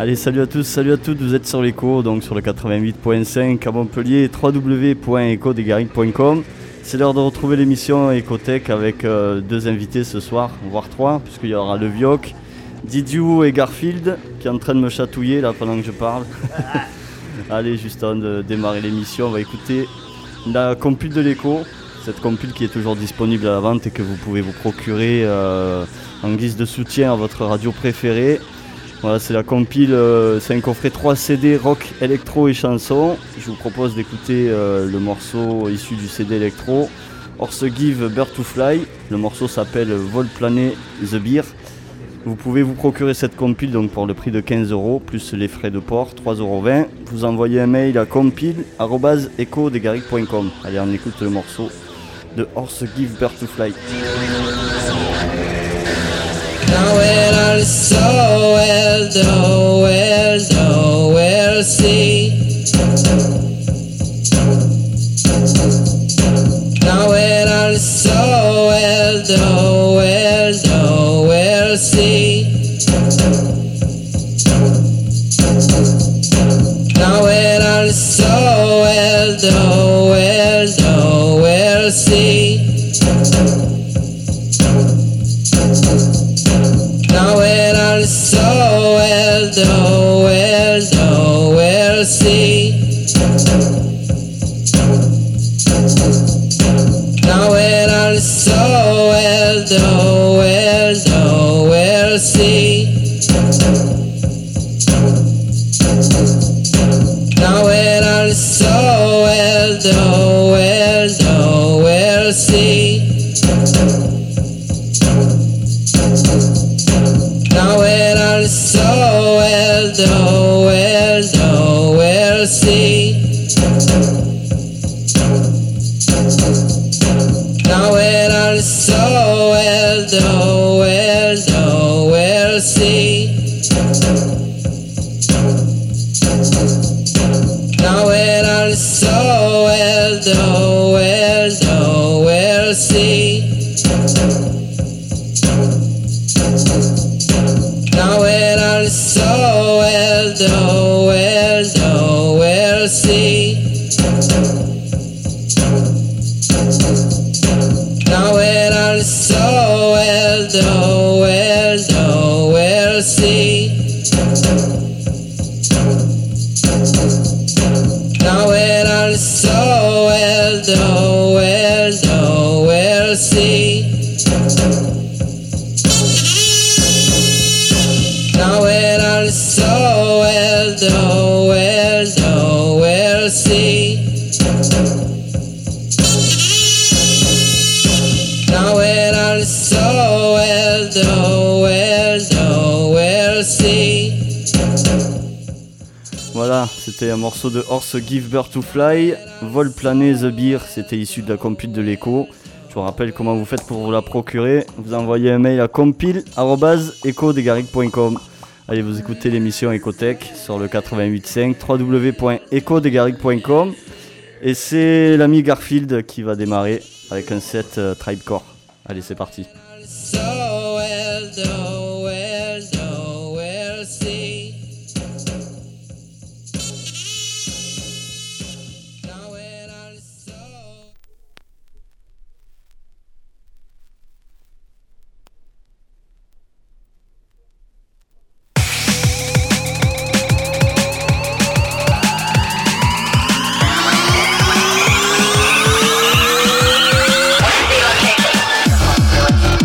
Allez, salut à tous, salut à toutes, vous êtes sur l'écho, donc sur le 88.5 à Montpellier, www.ecodegaric.com. C'est l'heure de retrouver l'émission Ecotech avec deux invités ce soir, voire trois, puisqu'il y aura le Vioc, Didiou et Garfield qui est en train de me chatouiller là pendant que je parle. Allez, juste avant de démarrer l'émission, on va écouter la compile de l'écho, cette compile qui est toujours disponible à la vente et que vous pouvez vous procurer en guise de soutien à votre radio préférée. Voilà, c'est la compile, c'est un coffret 3 CD rock, électro et chansons. Je vous propose d'écouter le morceau issu du CD électro, Horse Give Bird to Fly. Le morceau s'appelle Vol Planer The Beer. Vous pouvez vous procurer cette compile donc pour le prix de 15€, plus les frais de port, 3,20€. Vous envoyez un mail à compile@ecodegaric.com. Allez, on écoute le morceau de Horse Give Bird to Fly. Now it all is so well see. Now it all is so well see. Now it all is so well see. Now it all is so well see. Now it all is so well see. Now it all is so well see. Now it all is so well see. Now it all is so well see. Now it all is so well see. Now it all is so well see. Now it all is so well see. Now it all is so well see. Now it all is so well see. Now it all is so well see. Voilà, c'était un morceau de Horse Give Bird to Fly, Vol Planer The Beer, c'était issu de la compile de l'écho. Je vous rappelle comment vous faites pour vous la procurer. Vous envoyez un mail à compile@ecodegaric.com. Allez, vous écoutez l'émission Ecotech sur le 88.5 www.ecodegaric.com. Et c'est l'ami Garfield qui va démarrer avec un set Tribecore. Allez, c'est parti. So well see. Now it all is so. What's the location?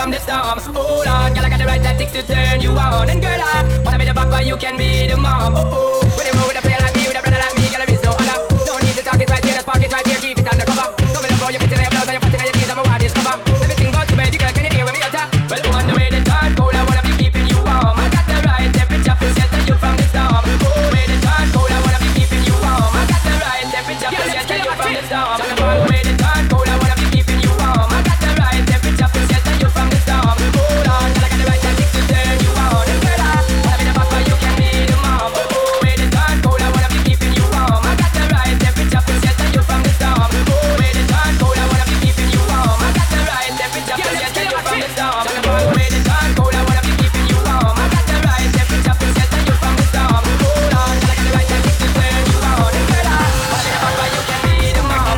from the storm. Hold on, girl, I got the right tactics to turn you on. And girl, I wanna be the papa, you can be the mom. Oh, when you roll with a player like me, with a brother like me, girl, there is no other. Don't need to talk it right here, just park it right here, keep it undercover. Don't be the boy, you put in your blouse and you're putting in your keys, I'm a wild discover. Everything goes to bed, you girl, can you hear me utter? Well, on the way the turn cold, I wanna be keeping you warm. I got the right temperature to shelter you from the storm. Oh, way the turn cold, I wanna be keeping you warm. I got the right temperature to shelter you from the storm. So the way the turn cold, I wanna be keeping you warm. I got the right temperature to shelter you from the storm. Hold on, I got the right tactics to turn you on. And girl, I wanna be the papa, you can be the mom. Oh, way the turn cold, I wanna be keeping you warm. I got the right temperature to shelter you from the storm. Oh, way the turn cold, I wanna be keeping you warm. I got the right temperature to shelter you from the storm. So the way the turn cold, I wanna be keeping you warm. I got the right temperature to shelter you from the storm. Hold on, I got the right tactics to turn you on. And girl, I wanna be the papa, you can be the mom.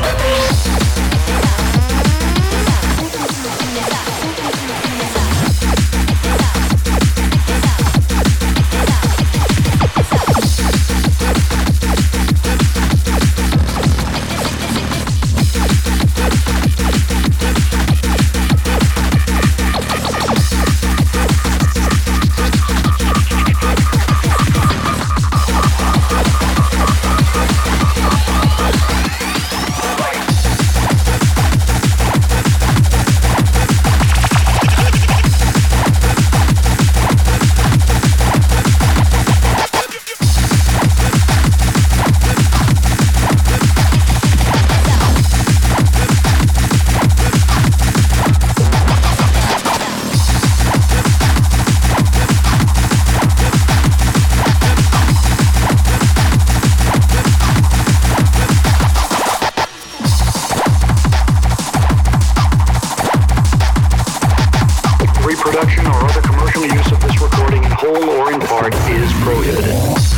Reproduction or other commercial use of this recording in whole or in part is prohibited.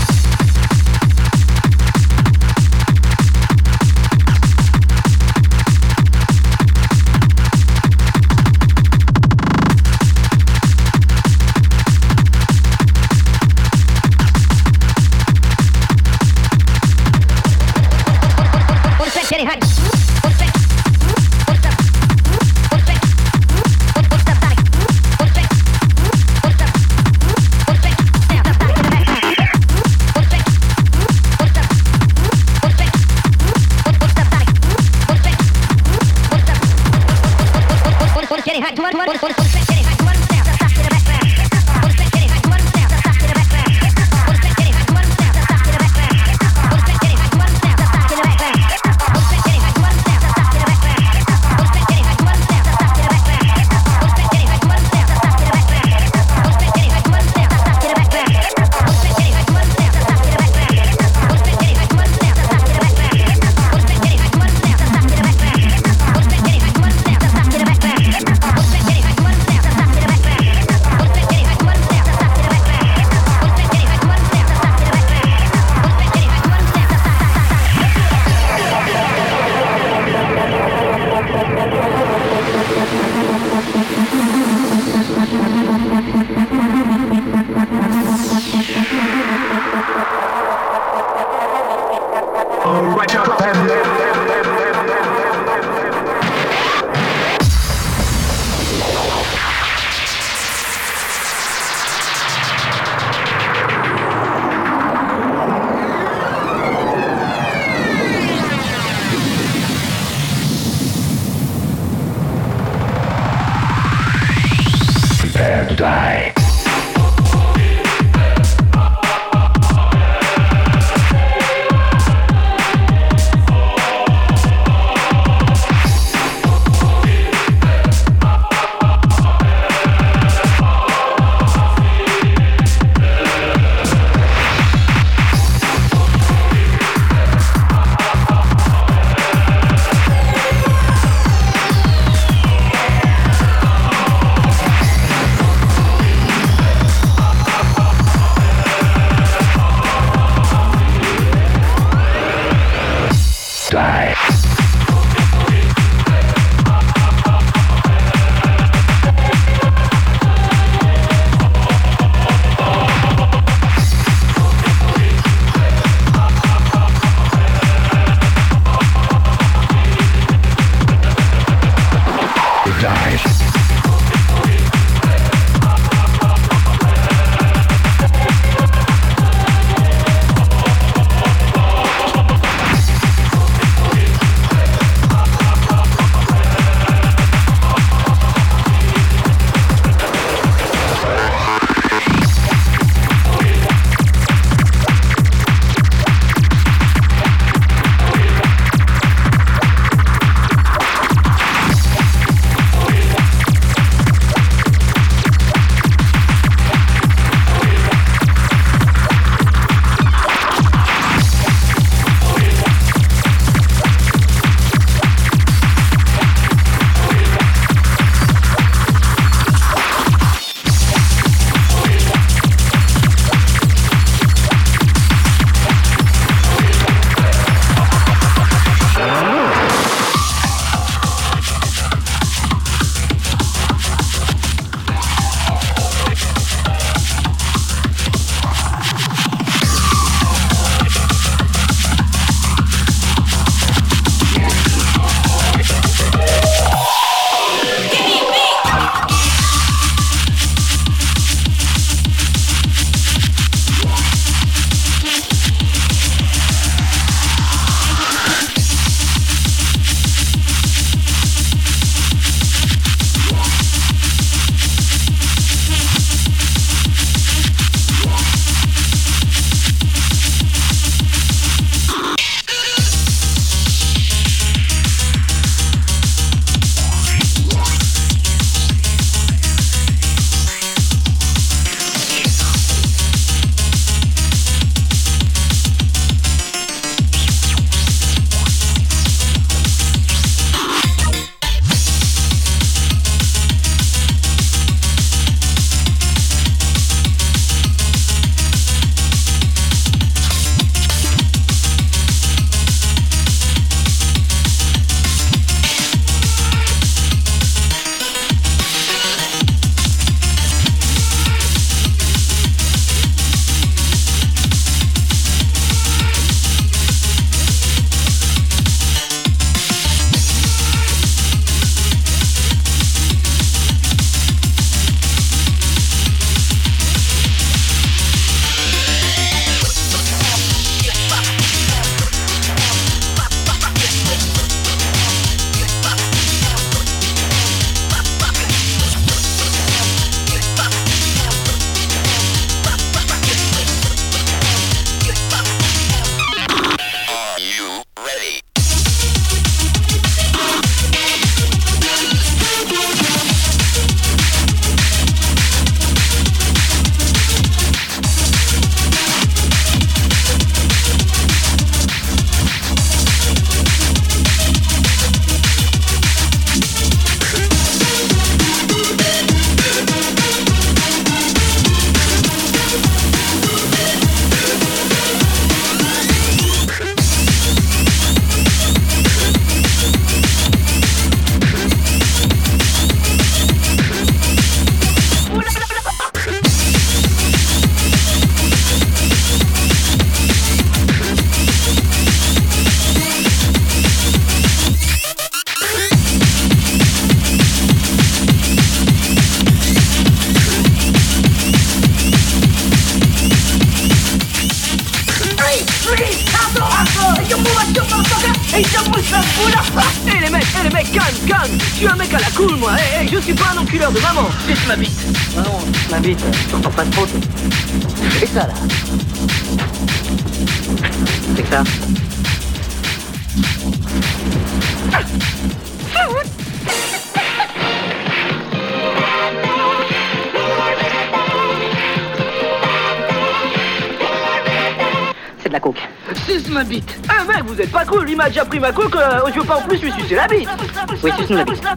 Prepare to die. Eh les mecs, calme. Je suis un mec à la cool, moi. Je suis pas un enculeur de maman. Suce ma bite. Ah non, ma bite, t'entends pas trop. Et ça, là. C'est que ça. C'est de la coke. Suce ma bite. Ah mec, vous êtes pas cool. Il m'a déjà pris ma coke. Je veux pas en plus lui sucer la bite. Oui, suce-nous la bite.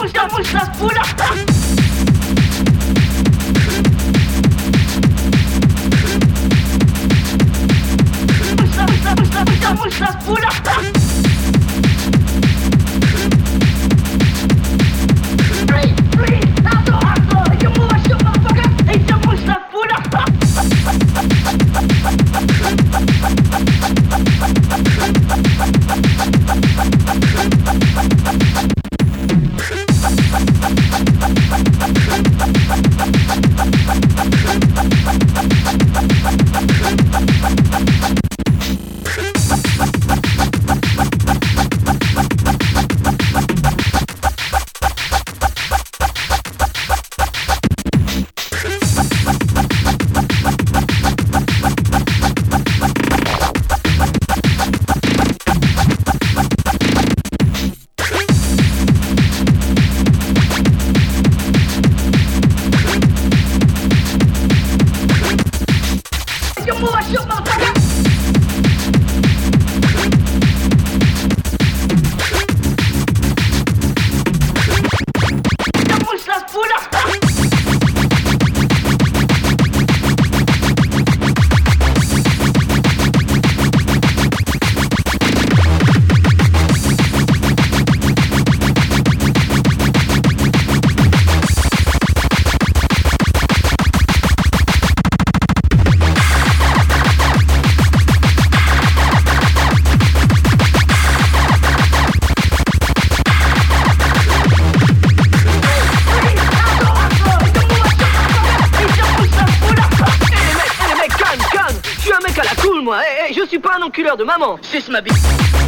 Je suis pas un enculeur de maman. Suce ma bite.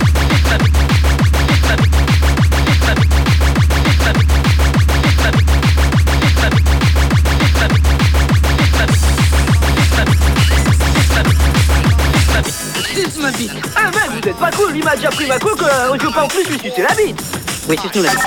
Suce ma bite. Ah mec, vous êtes pas cool. Il m'a déjà pris ma coke. Je veux pas en plus lui sucer la bite. Oui, suce-nous la bite.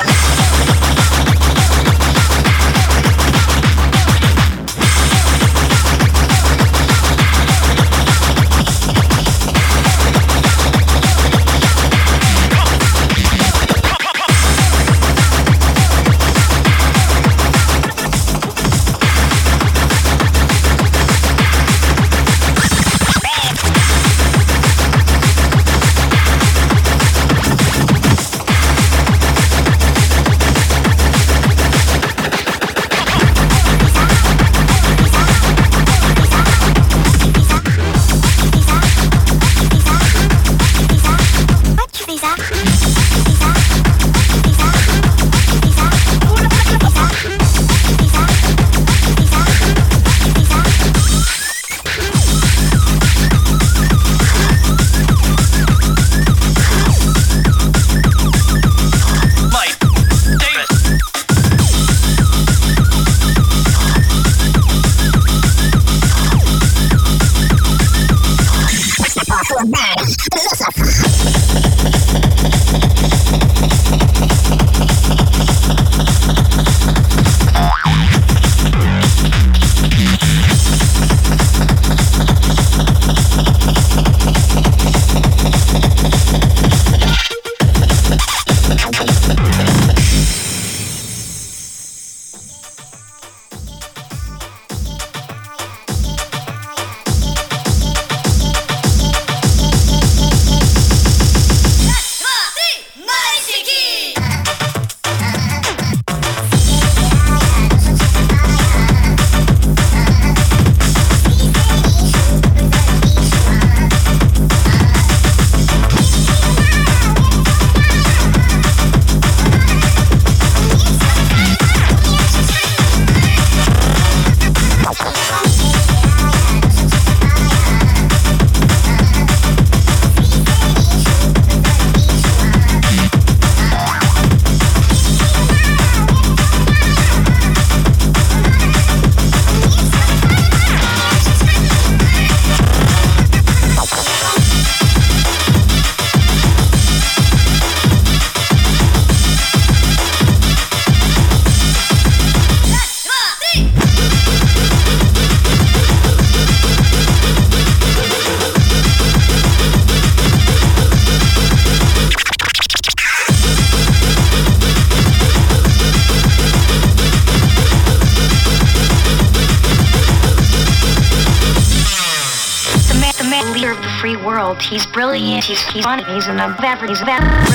world. He's brilliant. He's on. He's in a beverly. He's brilliant.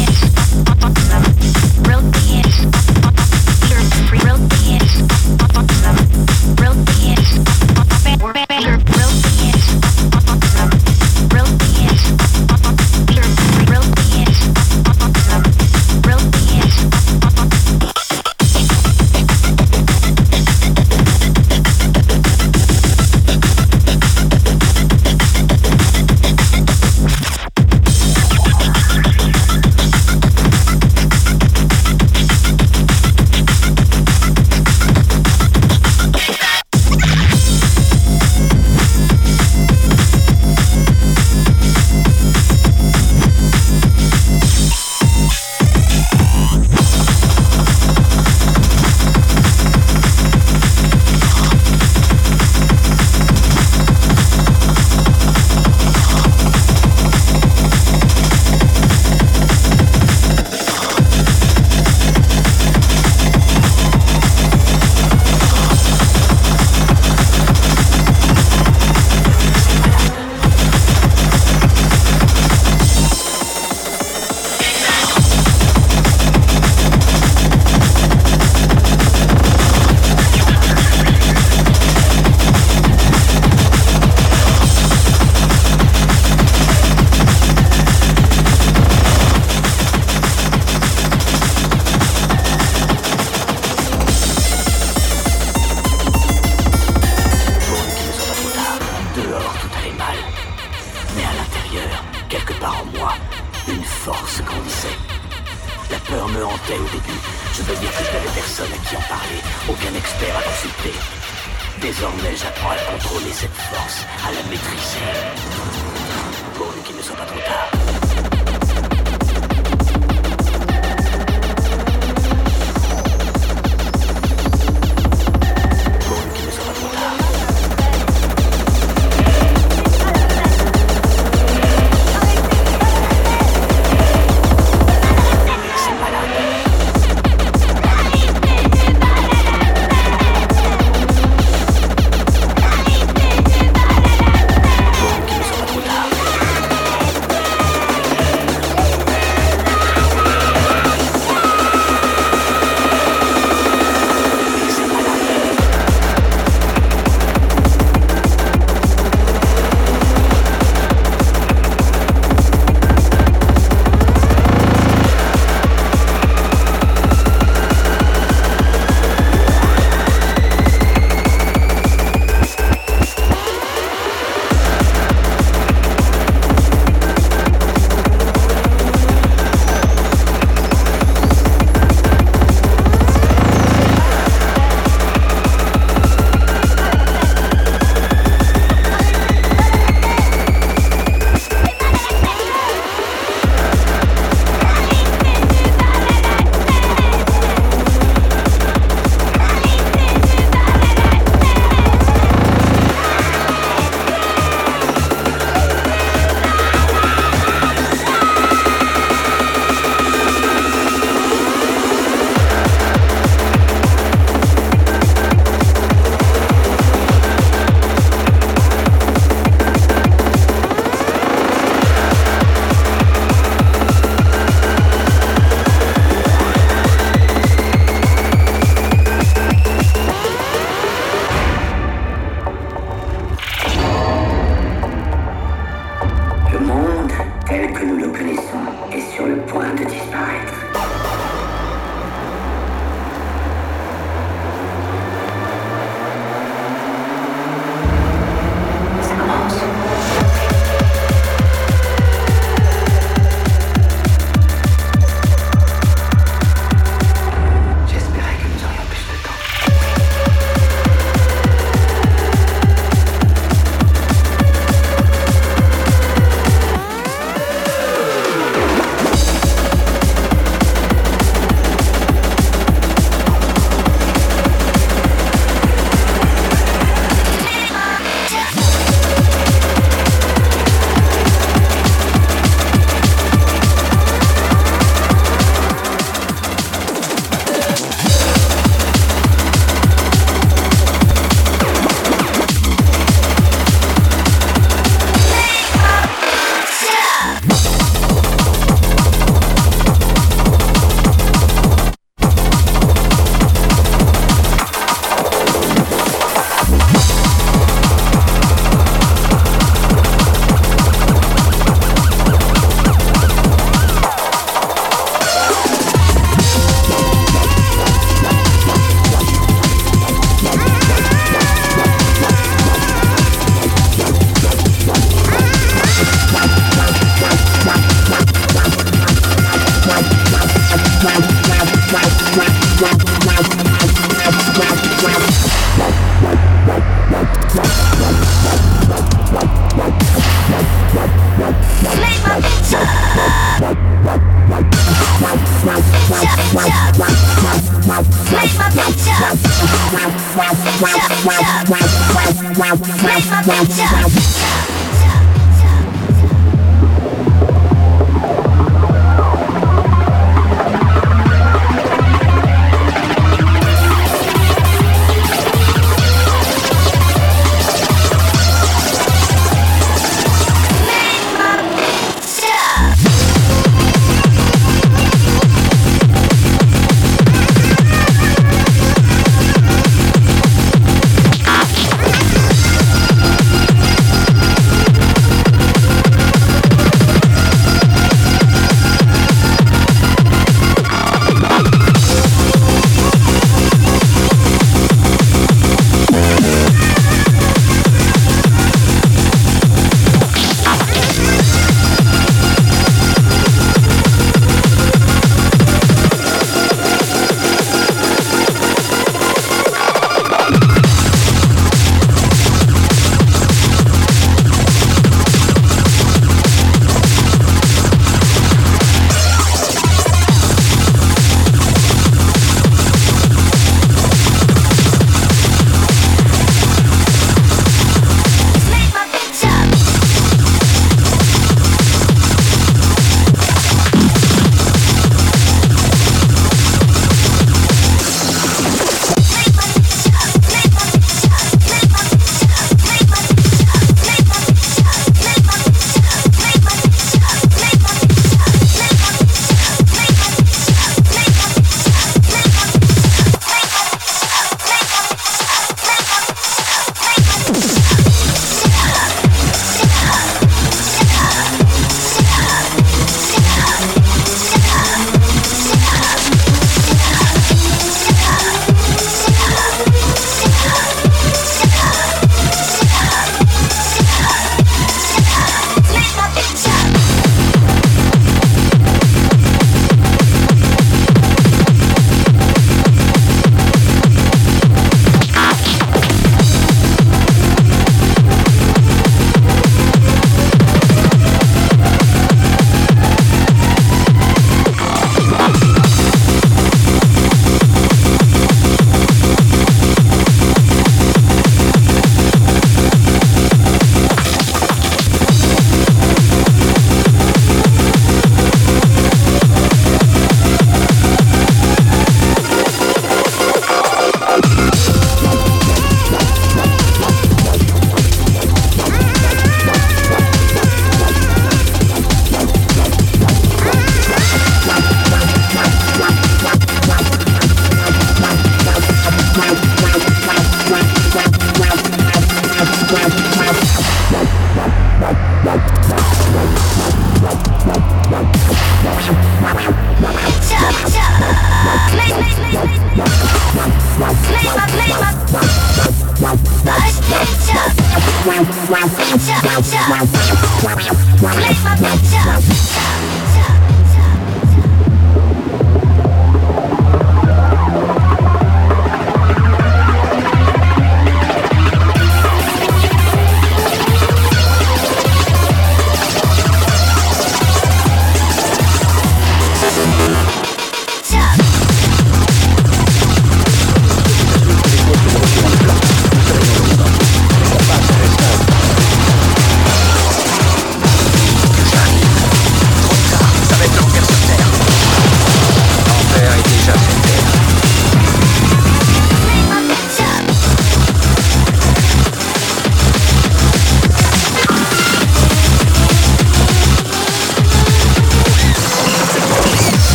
Brilliant. You're free. Brilliant. Brilliant. We're brilliant. Brilliant. You're brilliant. Brilliant.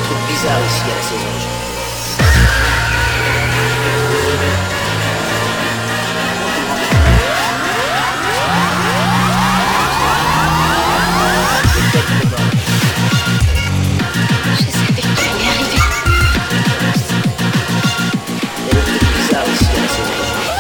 trucs bizarres ici à la saison. Je savais que tu allais arriver. Il y a des trucs bizarres ici à la saison.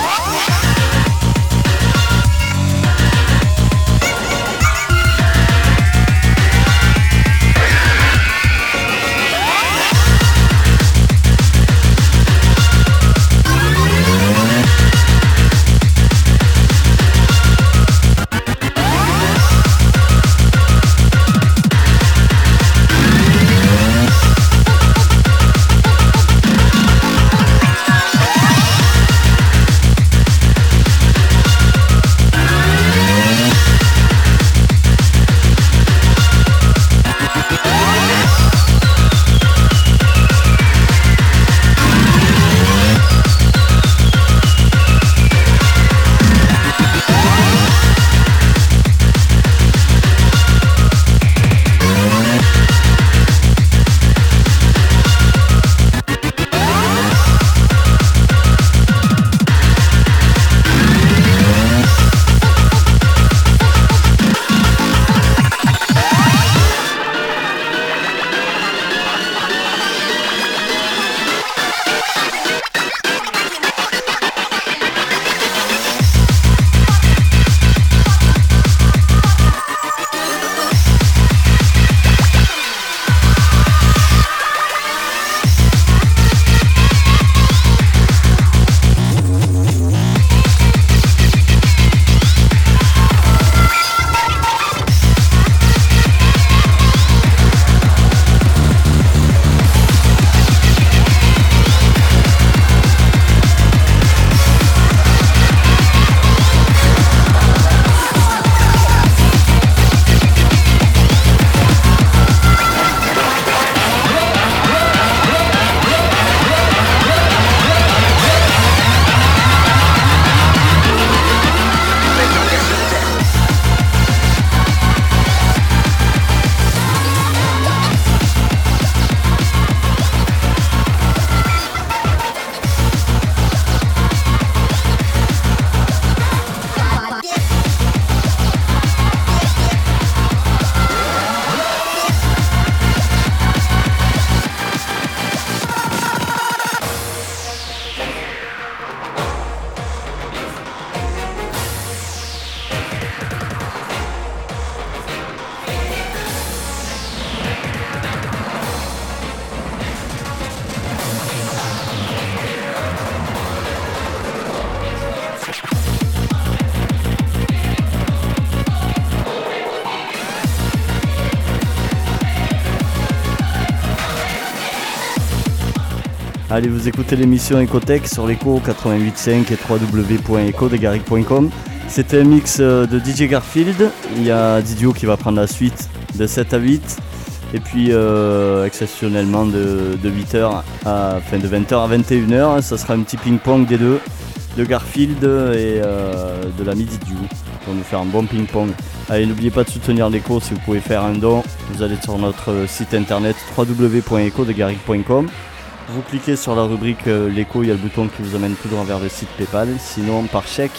Allez, vous écoutez l'émission Ecotech sur l'Eco 88.5 et www.ecodegaric.com. C'était un mix de DJ Garfield. Il y a Didio qui va prendre la suite de 7 à 8. Et puis exceptionnellement de 8h de 20h à 21h. Ça sera un petit ping-pong des deux, de Garfield et de l'ami Didio. On va nous faire un bon ping-pong. Allez, n'oubliez pas de soutenir l'Eco si vous pouvez faire un don. Vous allez sur notre site internet www.ecodegaric.com. Vous cliquez sur la rubrique l'Eco, il y a le bouton qui vous amène tout droit vers le site PayPal. Sinon, par chèque,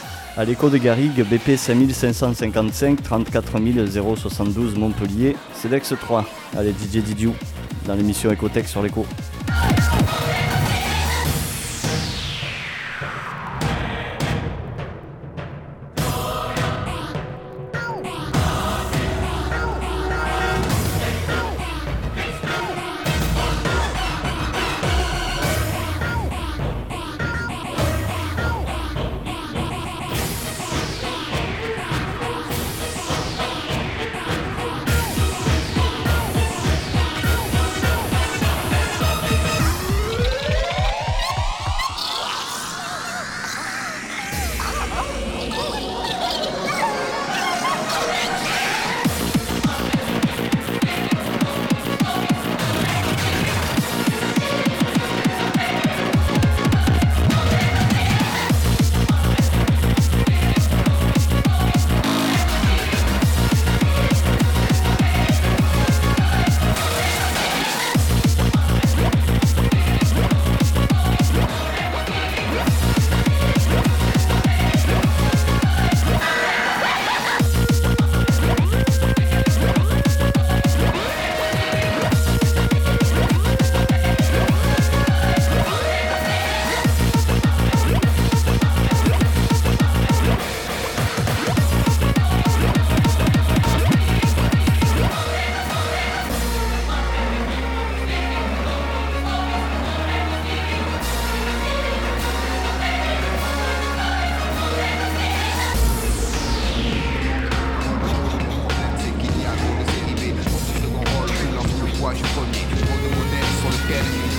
à l'Eco de Garrigue, BP 5555 34 072 Montpellier, CEDEX 3. Allez, DJ Didiou, dans l'émission Ecotech sur l'Eco.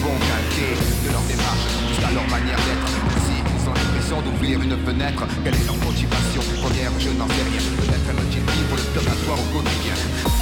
vont calquer de leur démarche jusqu'à leur manière d'être. Si ils ont l'impression d'ouvrir une fenêtre, quelle est leur motivation première? Je n'en sais rien. Peut-être un petit pour le purgatoire au quotidien.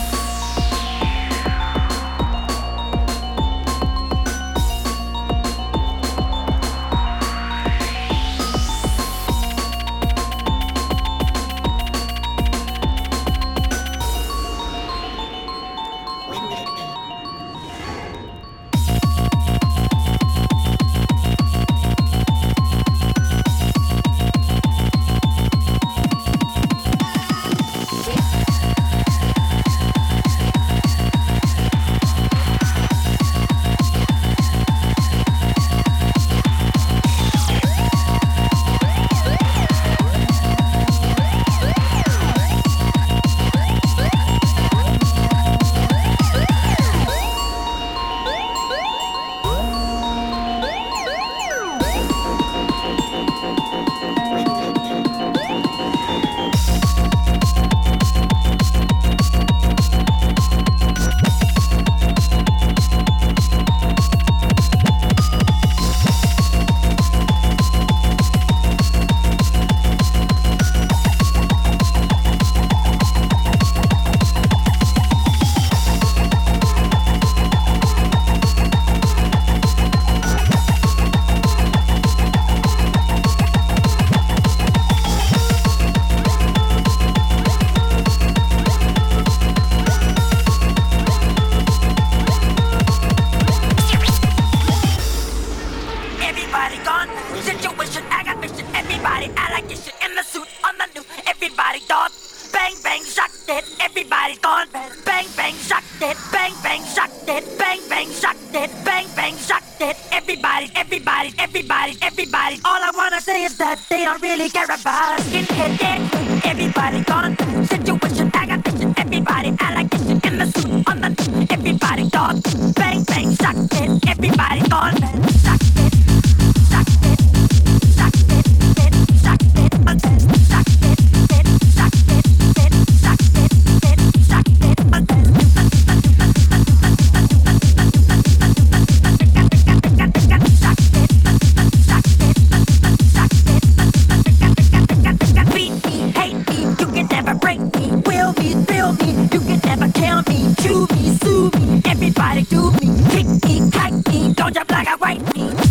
Everybody. All I wanna say is that they don't really care about us. Skinhead dead, everybody gone. Situation, aggravation, everybody allegation in the suit, on the news, everybody gone. Bang, bang, shot dead, everybody gone. Shot dead, shot dead, shot dead, dead, shot dead, shot dead, shot dead, dead, shot dead, dead, shot dead, dead, shot dead, Everybody do me, kick me, kite me, don't you black and white me.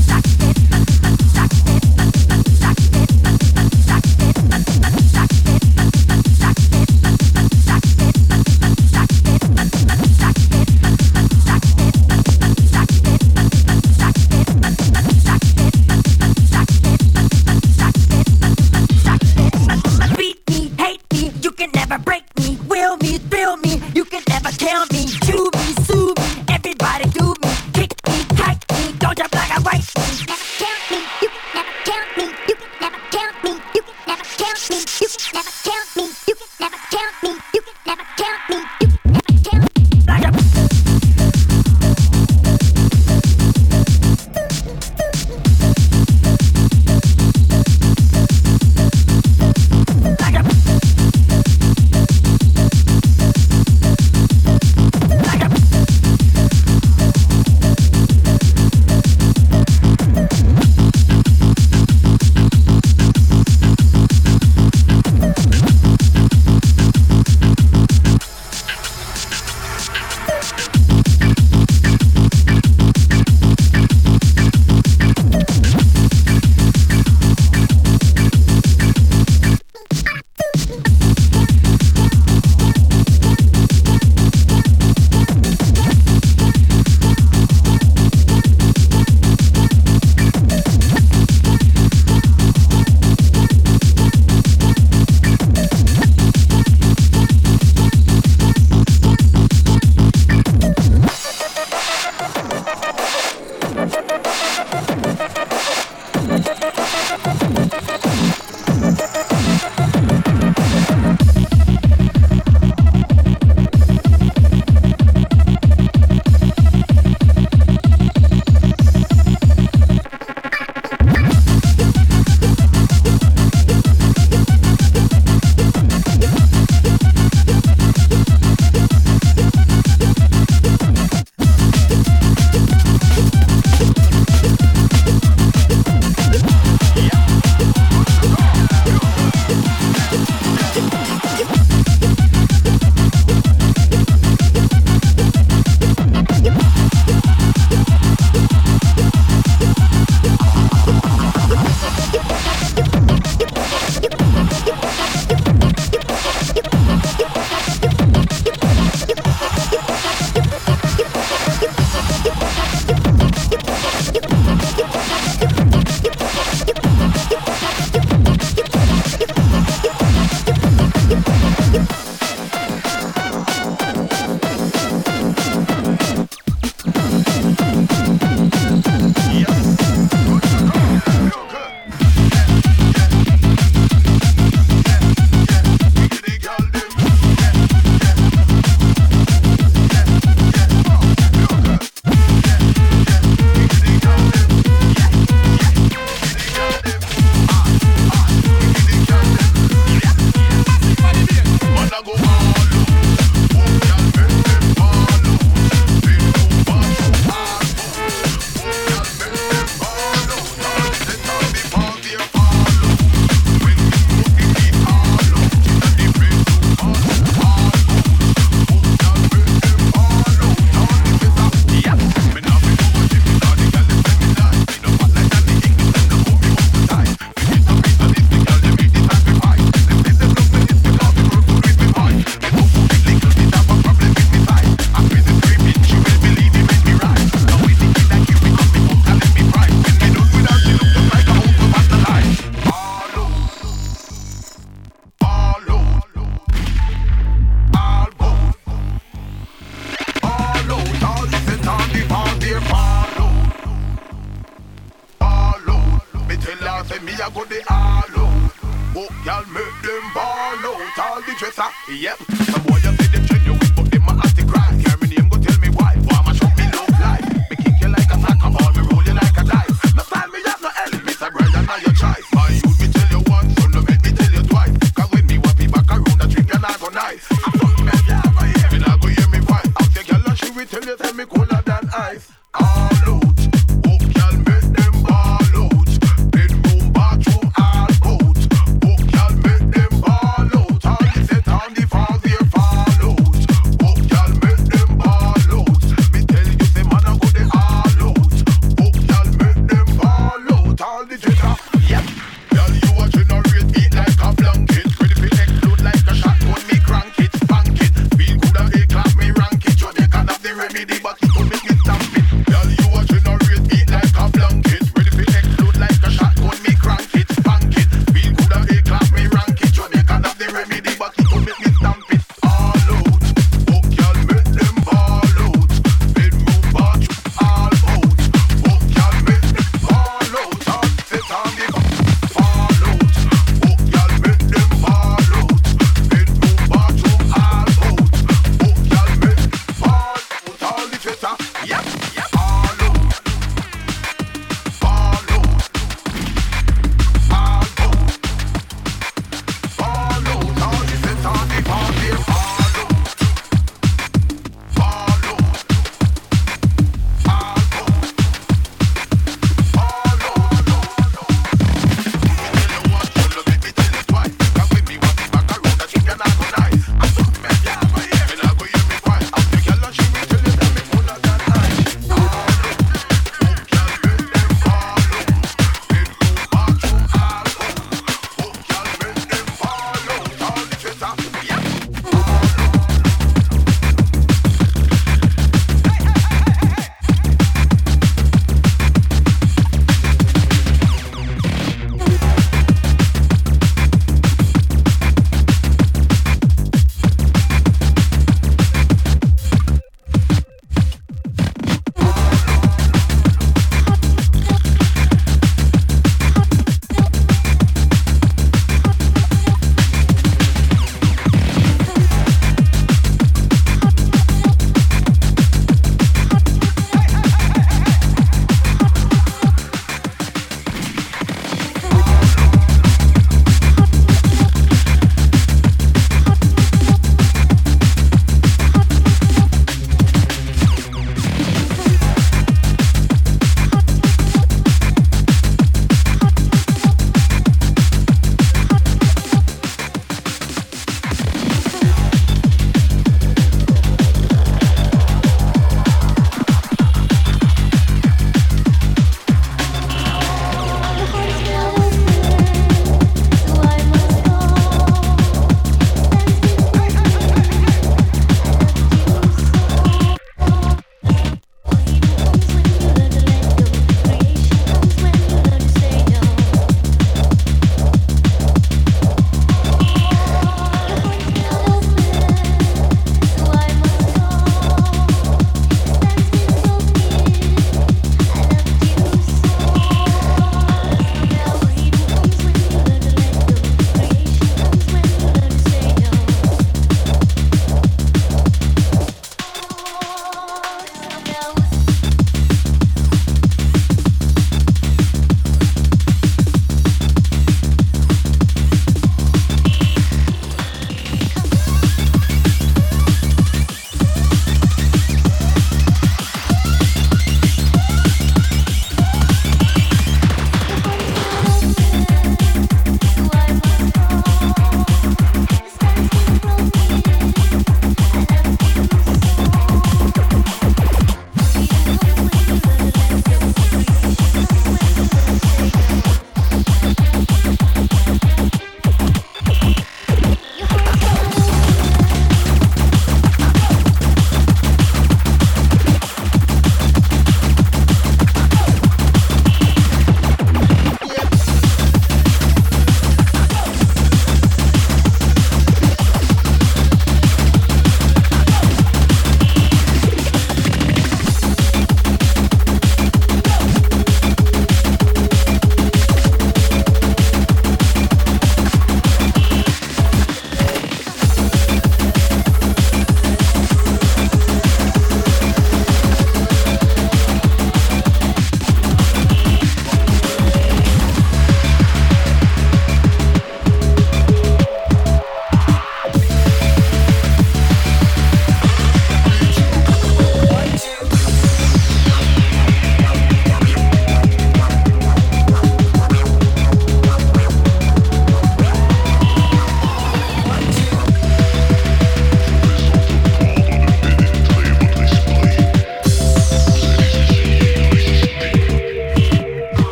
I go the all out. Oh, y'all make them ball out. All the dresser, yep. Some boy you say them genuine, but them a have to cry. Hear me name, go tell me why. Why ma show me love life? Me kick you like a soccer ball, me roll you like a dice. No style me have no element, Mr. Brian, now your choice. My youth, me tell you once, so no make me tell you twice. Cause when me want be back around, the drink and I go nice. I'm fucking me, yeah, but hear me, now go hear me why. I'll take your lunch, she will tell you, tell me colder than ice. All out. Oh, y'all make them ball out. Bedroom, bathroom, all out. Oh, y'all make them ball out. All the set on the falls here fall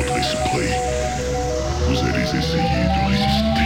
votre esprit. Vous allez essayer de résister.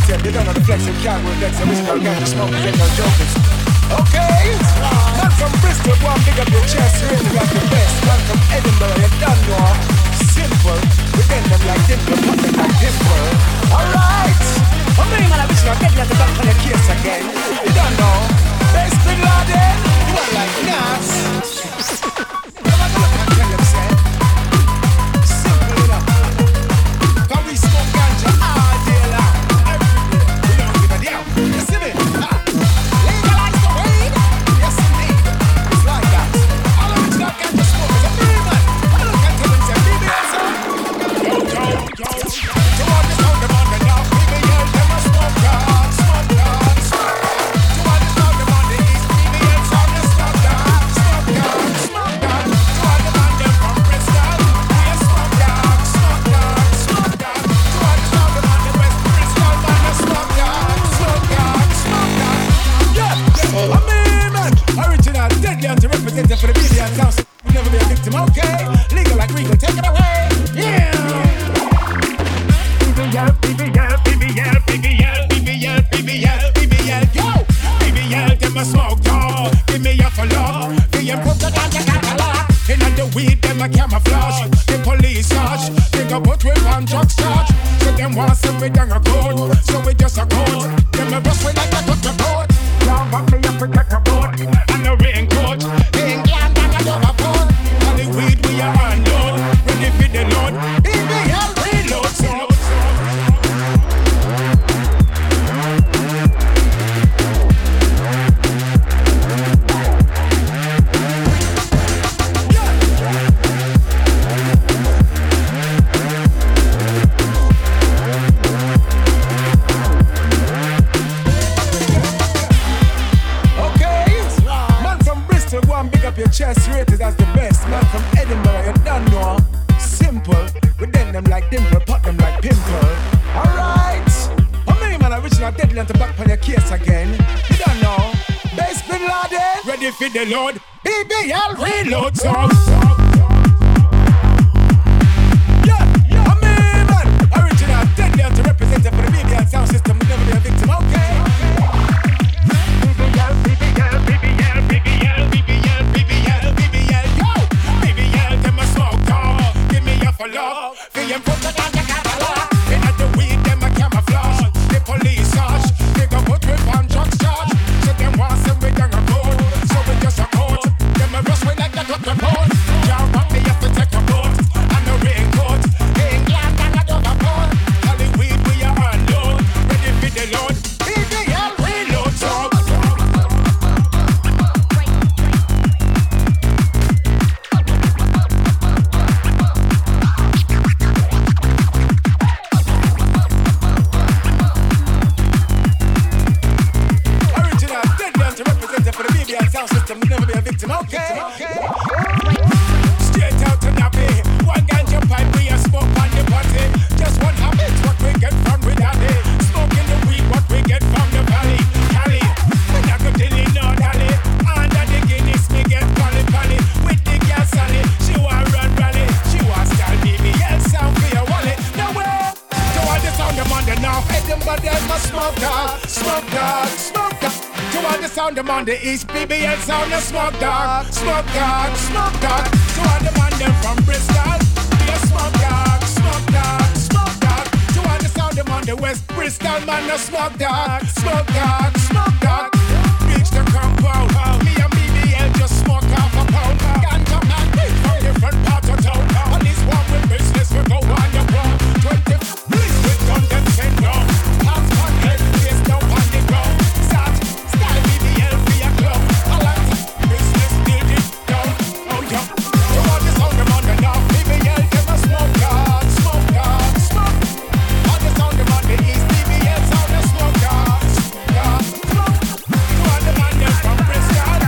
flex and can't relax. I wish I got the smoke, ain't no jokers. Okay, man from Bristol, go and big up your chest, really got the best. Man from Edinburgh, you don't know. Simple, we bend them like dimple, put them like dimple. Alright, I'm really man, I wish you get you to back on your case again. You don't know. Best Bin Laden, you don't like Nas. Come on, look and tell them, say. Simple enough. Cause we smoke ganja all day long. Every day, we don't give a damn. You see me? Legalize the weed. Yes, indeed. It's like that. All of it's not ganja smokers. I'm really man. I look and tell them, say, BBS, yo. To all this on the Monday now, BBL, them a smoke dog, smoke dog, smoke dog. To all this on the Monday East, BBL, on the smoke dog, smoke dog, smoke dog. To all the man them from Bristol, we a smoke dog, smoke dog, smoke dog. To all this on the Monday West Bristol, man a smoke dog, smoke dog, smoke dog. Yeah, I'm man, original, deadly anti-representative for the BBL sound. We'll never be a victim, okay? Legal like regal, take it away. Yeah. BBL, yo! BBL, them a smoke dog. Give me a follow. The improve the ganja catalog. In the weed, them a camouflage. The police search. They go put we on drugs charge. So them want some we down a code. So we just a code. Them a rush we like a cut report. Now want me up to take a boat. And a raincoat. England and a double boat. And the weed we are unload. Ready for the load. BBL reload so. Chest rated as the best. Man from Edinburgh, you don't know. Simple, we bend them like dimple, put them like pimple. Alright, how many man original deadly and to back on your case again? You don't know. Best Bin Laden, ready for the load. BBL reload song. Yeah, how many man original deadly and to represent for the BBL sound system. We never be a victim, okay? Love, the improve the ganja catalog. In the weed, them a camouflage. The police search. They go put we on drugs charge. So them want some we down a code. So we just a code. Them a rush we like the cut report. Y'all want me up to take a boat. And a raincoat. England and a double boat. All the weed we are unload. Ready for the load. BBL reload song. Sound system will never be a victim, okay? Straight out to Nappy. One ganja pipe, we a smoke on the party. Just one habit, what we get from with daddy. Smoking the weed, what we get from the valley. Cali, we not go till it, no dolly. Under the Guinness, me get pally. With the gal Sally, she want run rally. She want style BBL sound for your wallet. No way! To all the sound of on the north, Edinburgh, them a smoke dog. Smoke dog, smoke dog. To all the sound them on the east, BBL sound a smoke dog, smoke dog, smoke dog. To all the man them from Bristol, be a smoke dog, smoke dog, smoke dog. To all the sound them on the west, Bristol man a smoke dog, smoke dog, smoke dog. Reach the compound, me and BBL just smoke half a pound. Ganja man, from different parts of town. On this one with business, we go on your ground. 20 police with gun them send down. Hands on head, face down on the ground. BBL be a club, a lot of business did it down, oh yeah. To all the sound them on the north, BBL them a smoke dog, smoke dog, smoke. All the sound them on the east, BBL sound a smoke dog, smoke dog, smoke. To all the man them from Bristol,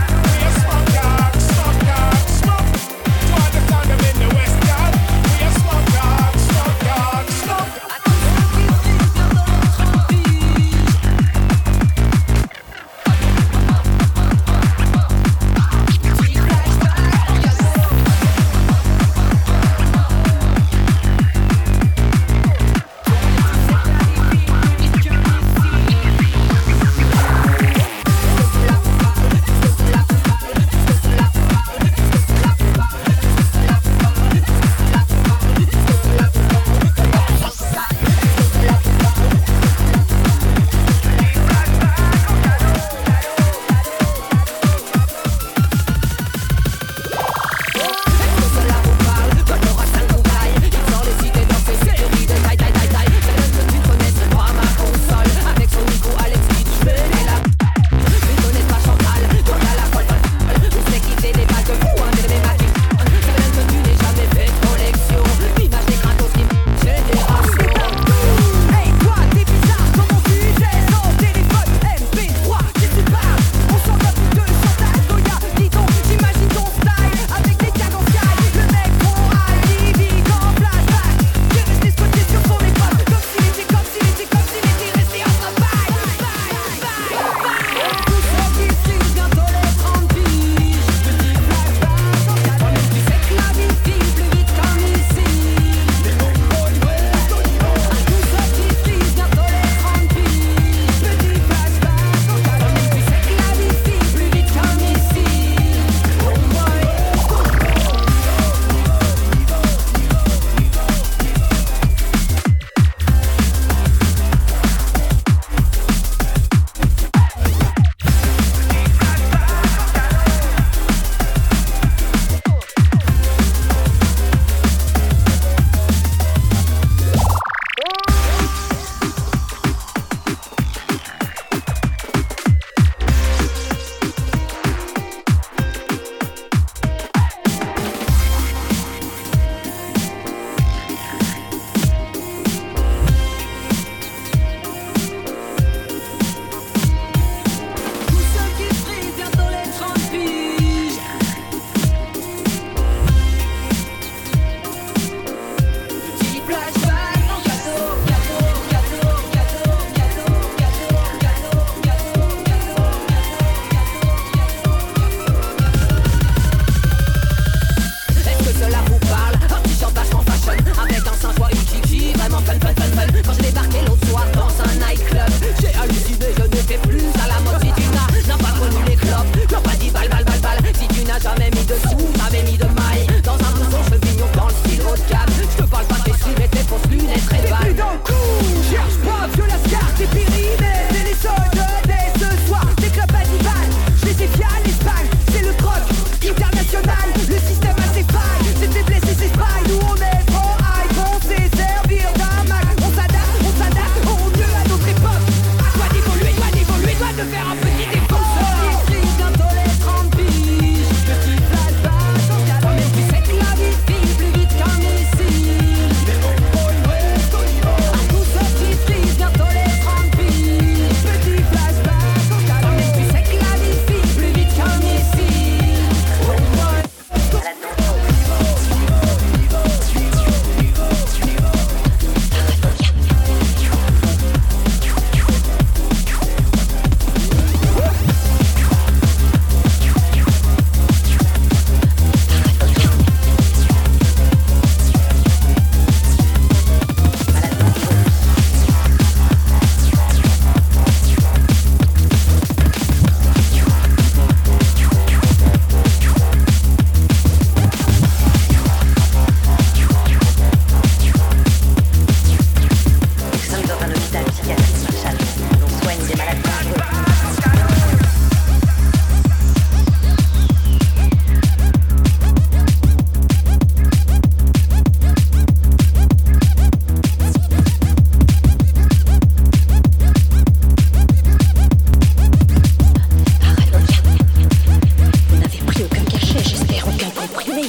comprimé.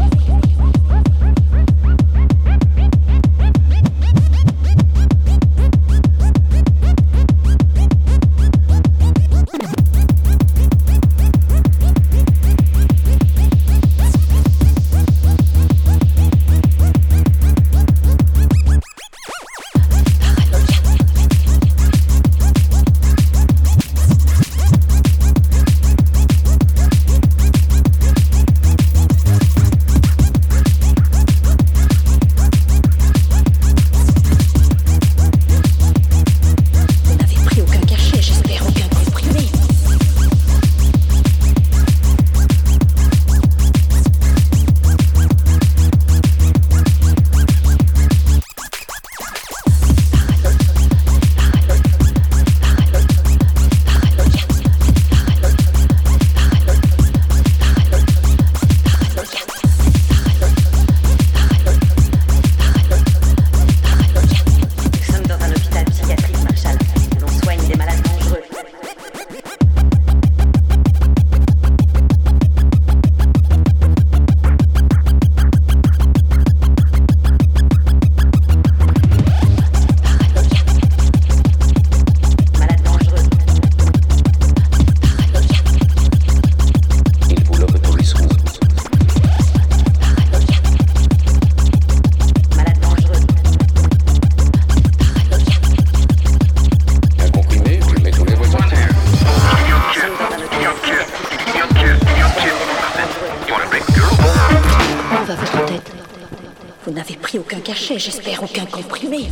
J'espère aucun comprimé.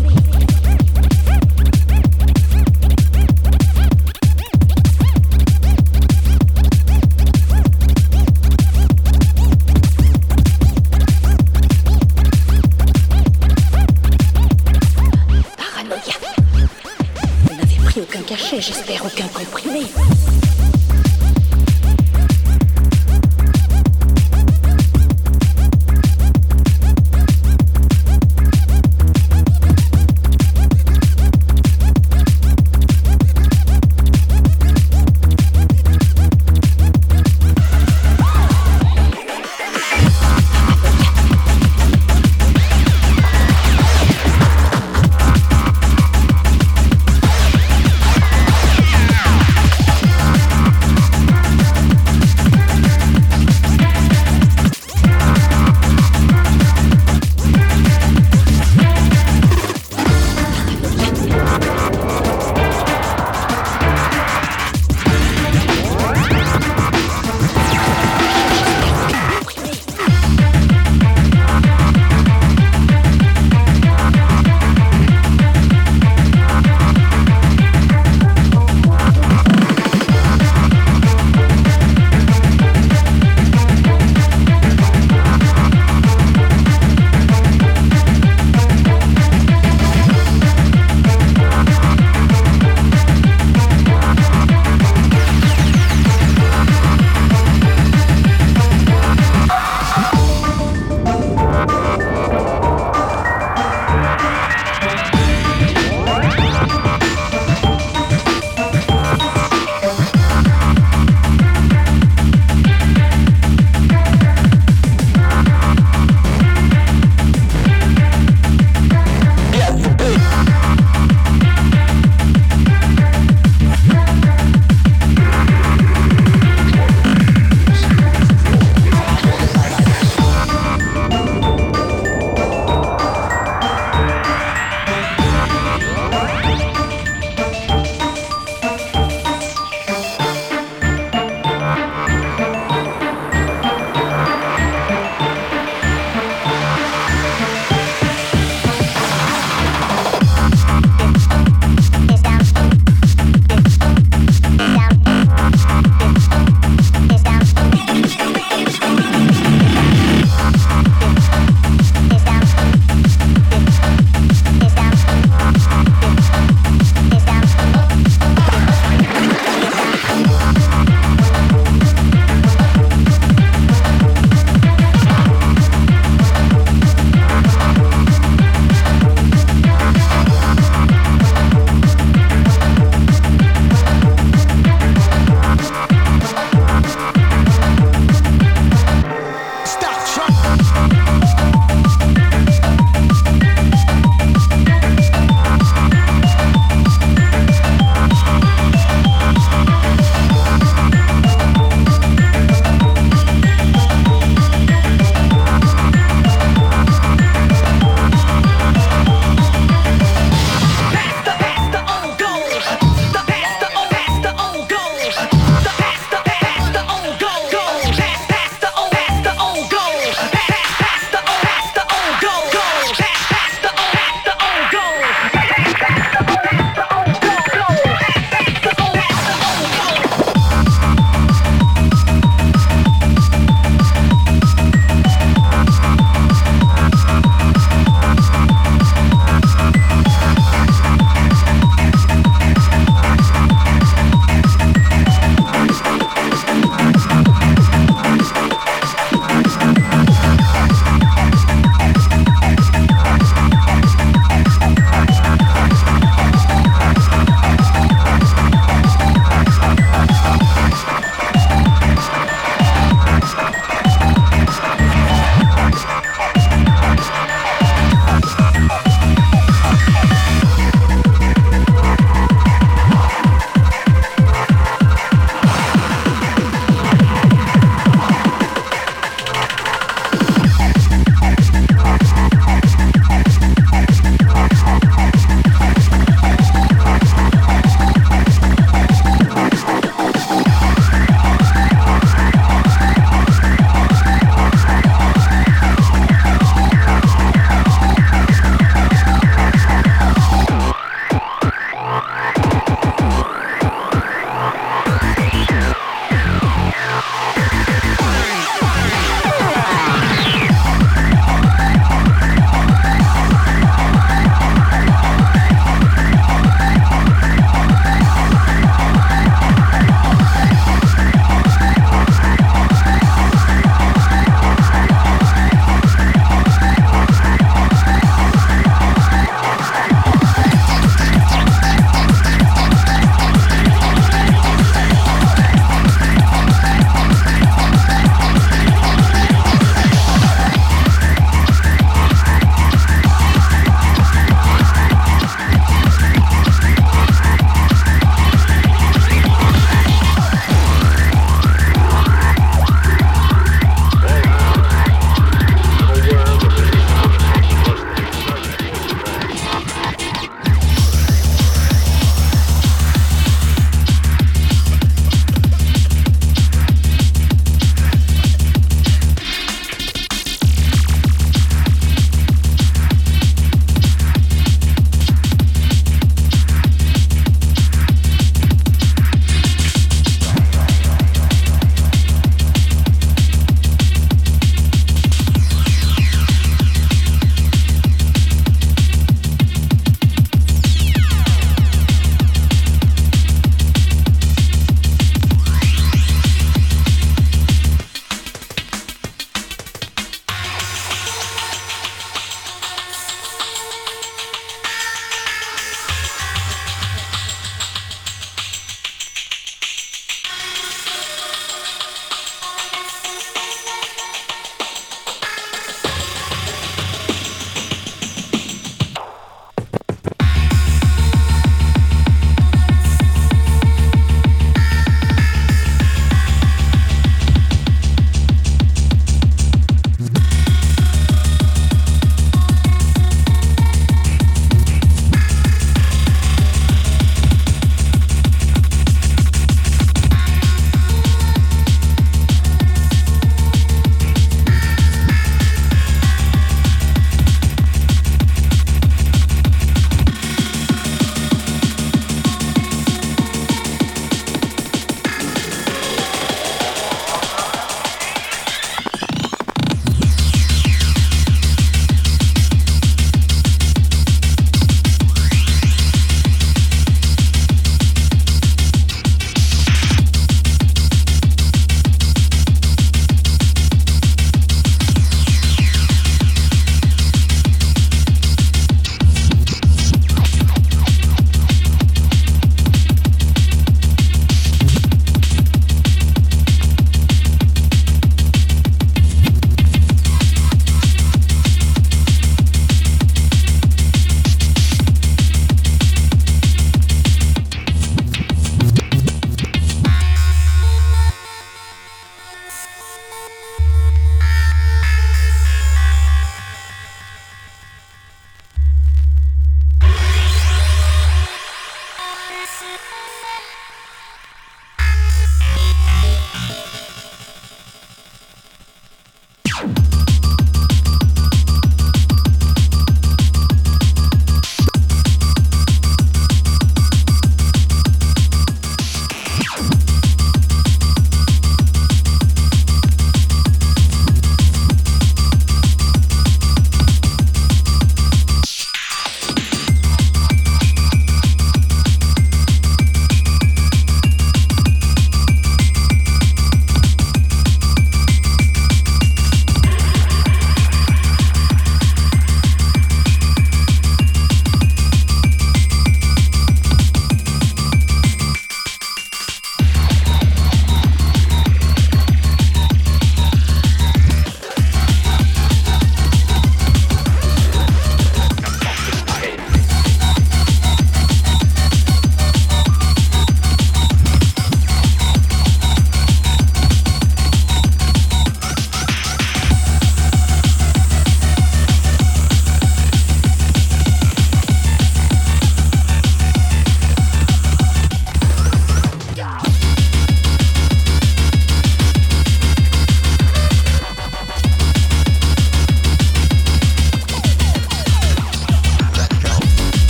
Paranoïa. Vous n'avez pris aucun cachet, j'espère aucun comprimé.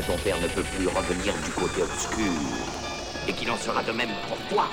ton père ne peut plus revenir du côté obscur. Et qu'il en sera de même pour toi.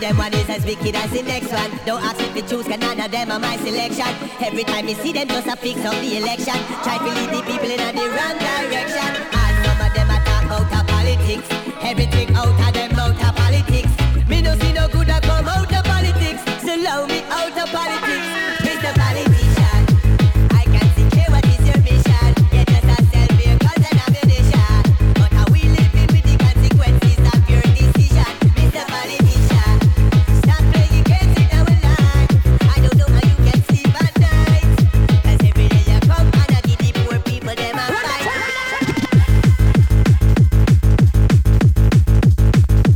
them one is as wicked as the next one. Don't ask if they choose, cause none of them are my selection. Every time you see them just a fix up the election. Try to lead the people in the wrong direction. And some of them are talk out of politics. Everything out of them out of politics. Me no see no good that come out of politics. So allow me out of politics. Mr. Politician, I can see clear what is your mission. You're just a self-vehicle and ammunition. But how we living with the consequences of your decision. Mr. Politician, stop playing games in our life. I don't know how you can sleep at night. Cause every day you come and I give the poor people them a fight.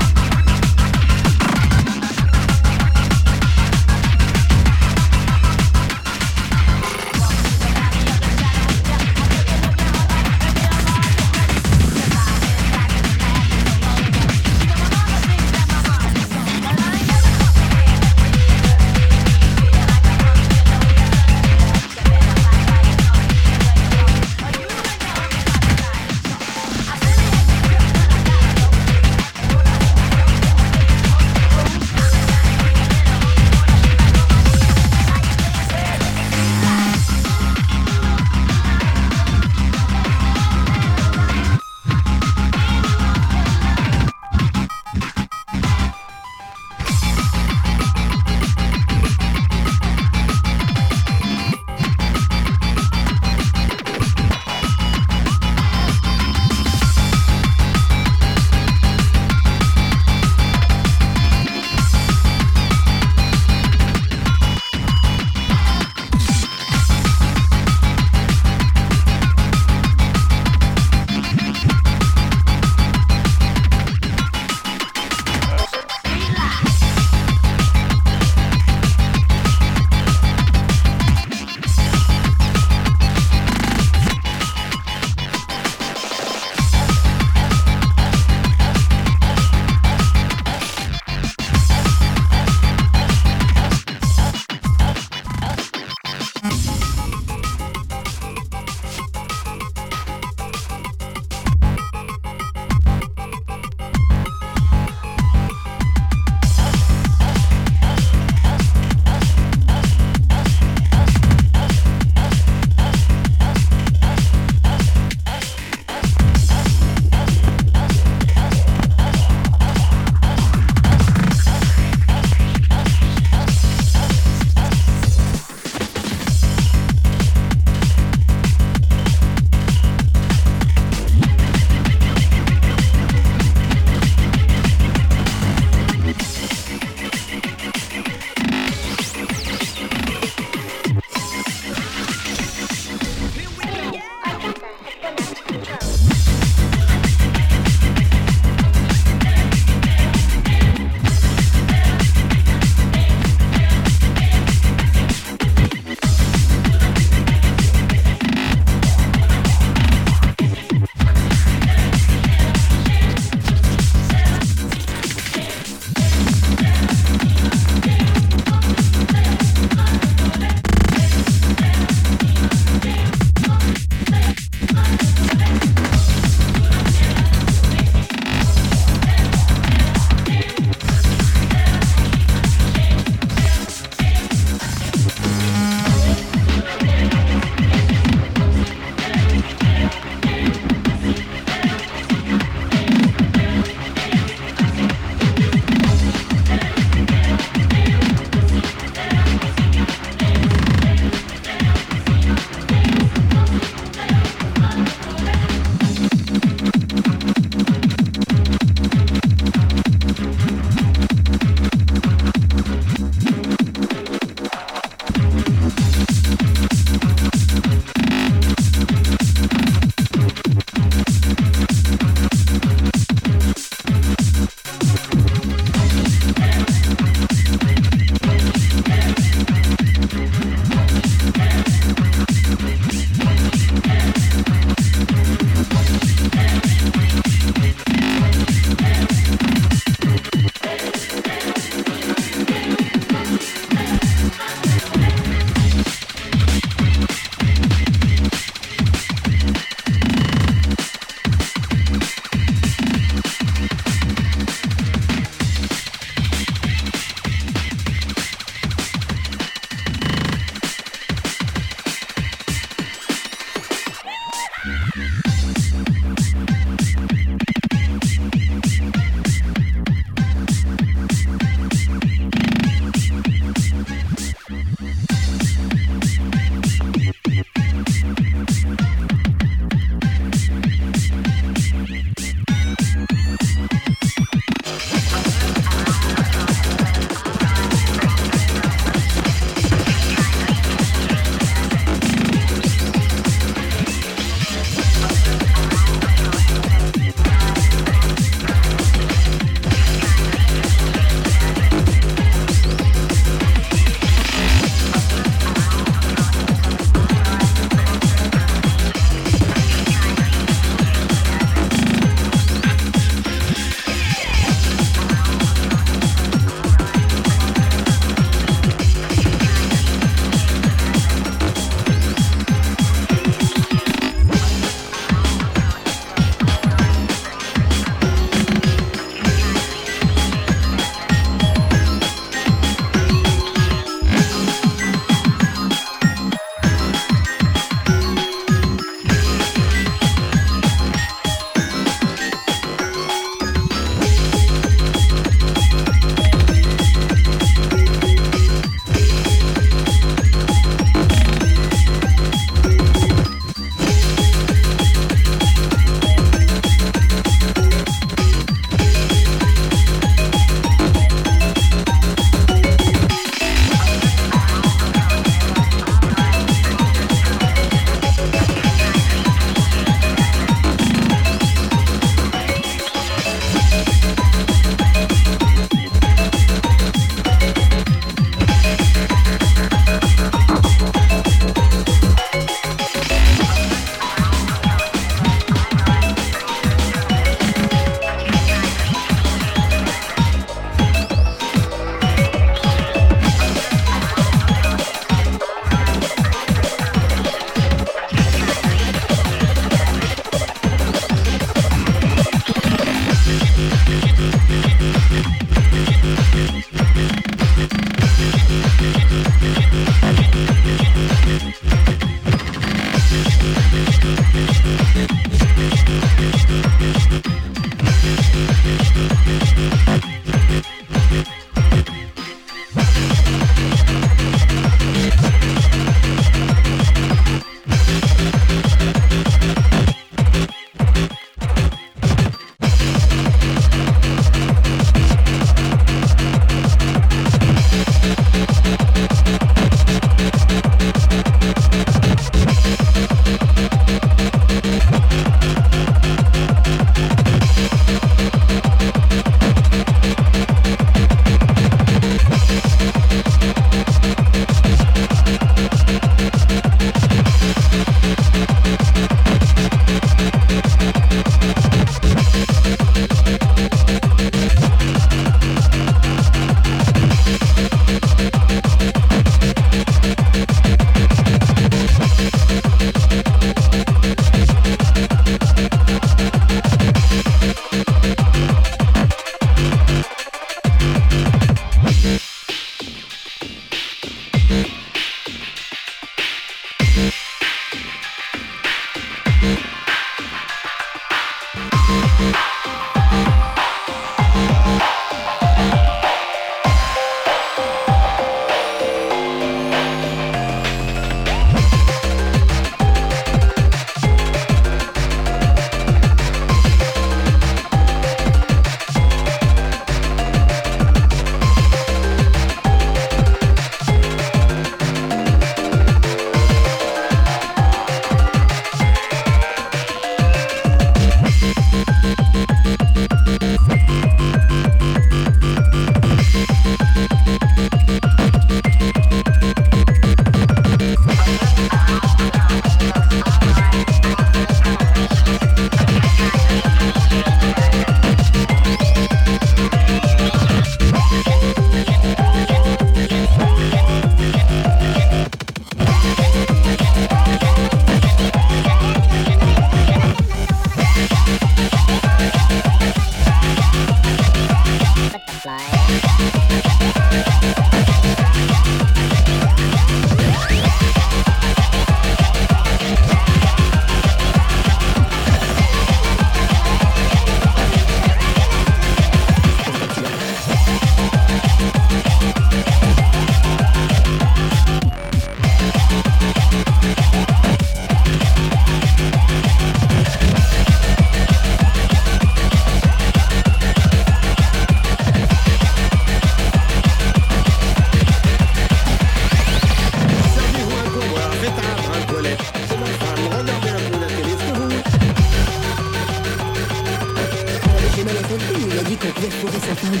perforer sa taille.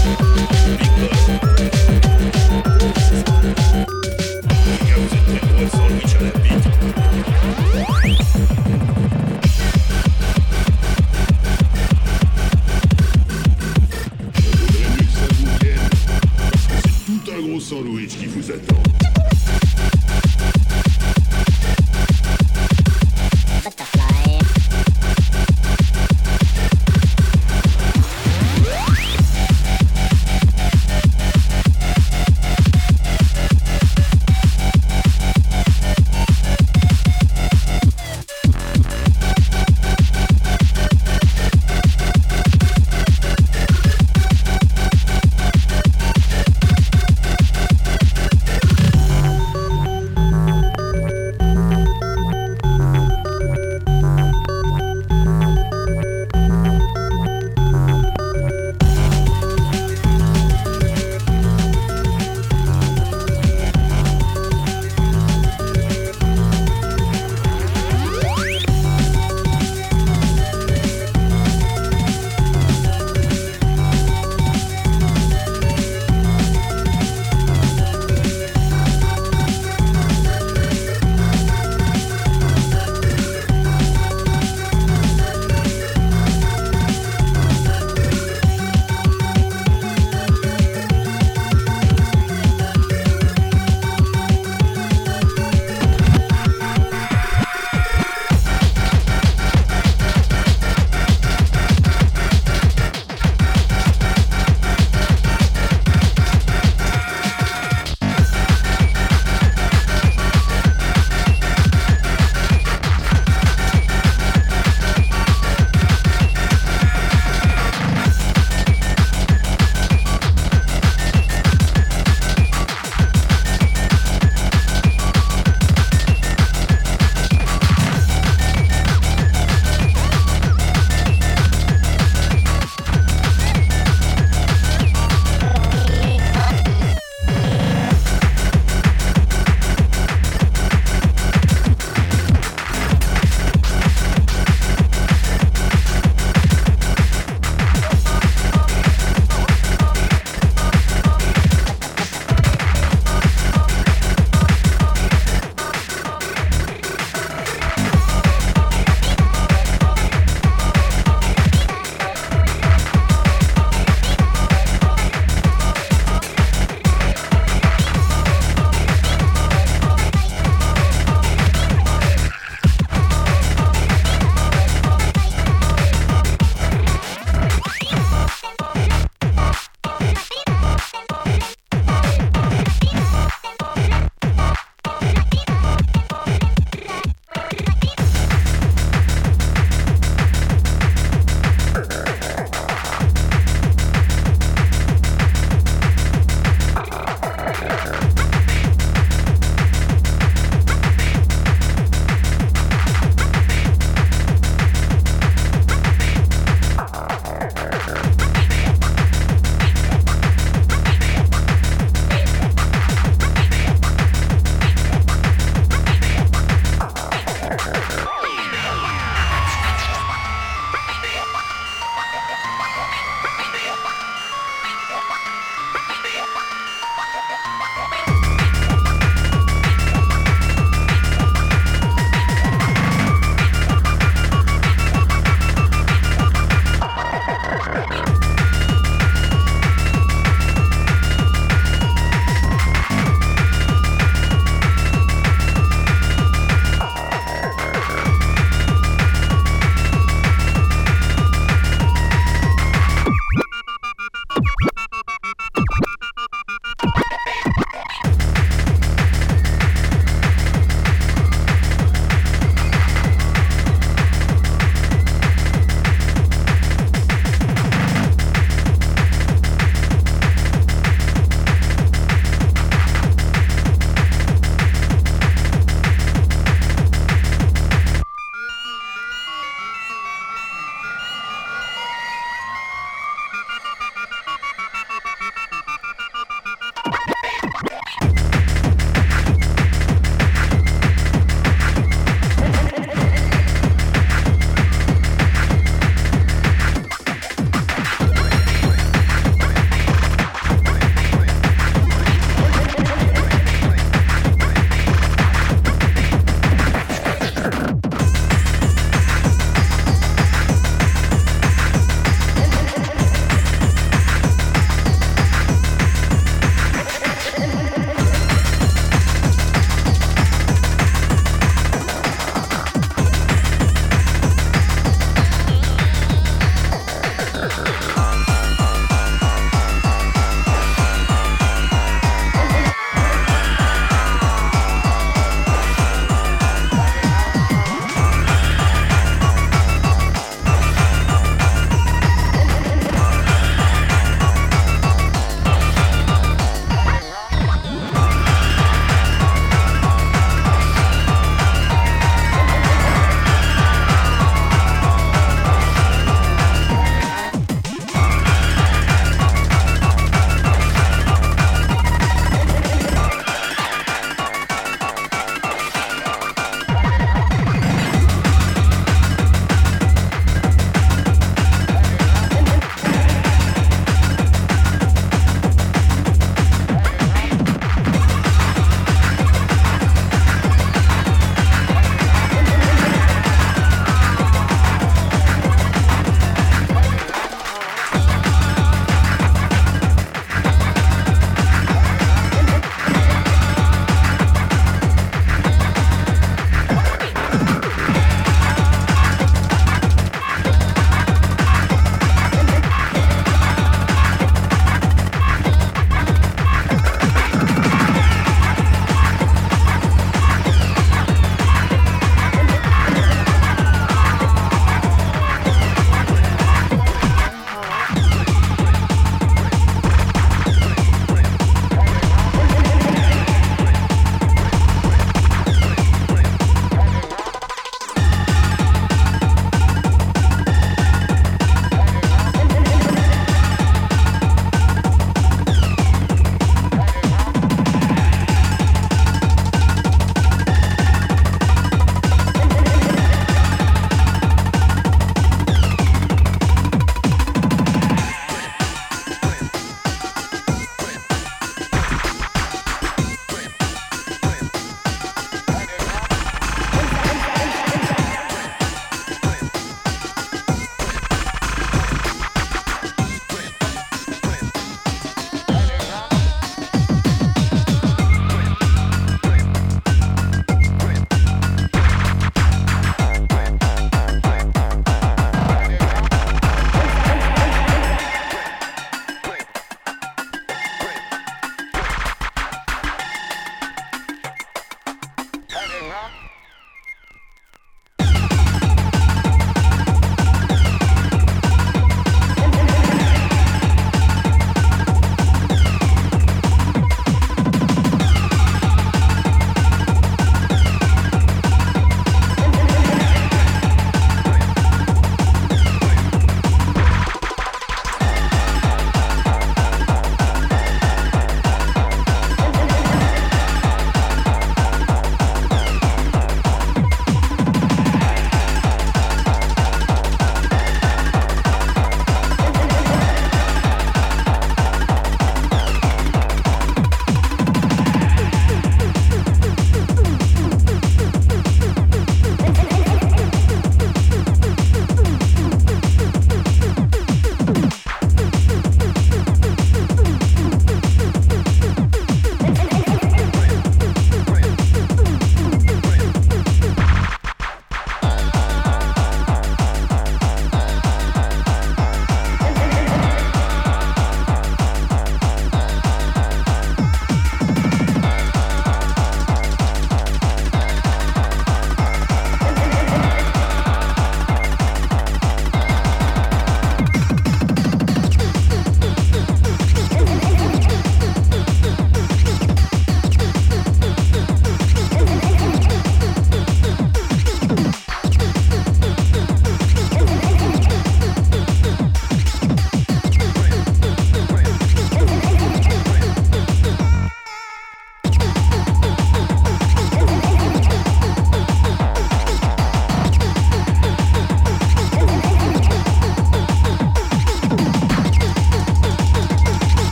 Les gars, vous êtes prêts pour un sandwich à la bite? Tout un gros sandwich qui vous attend.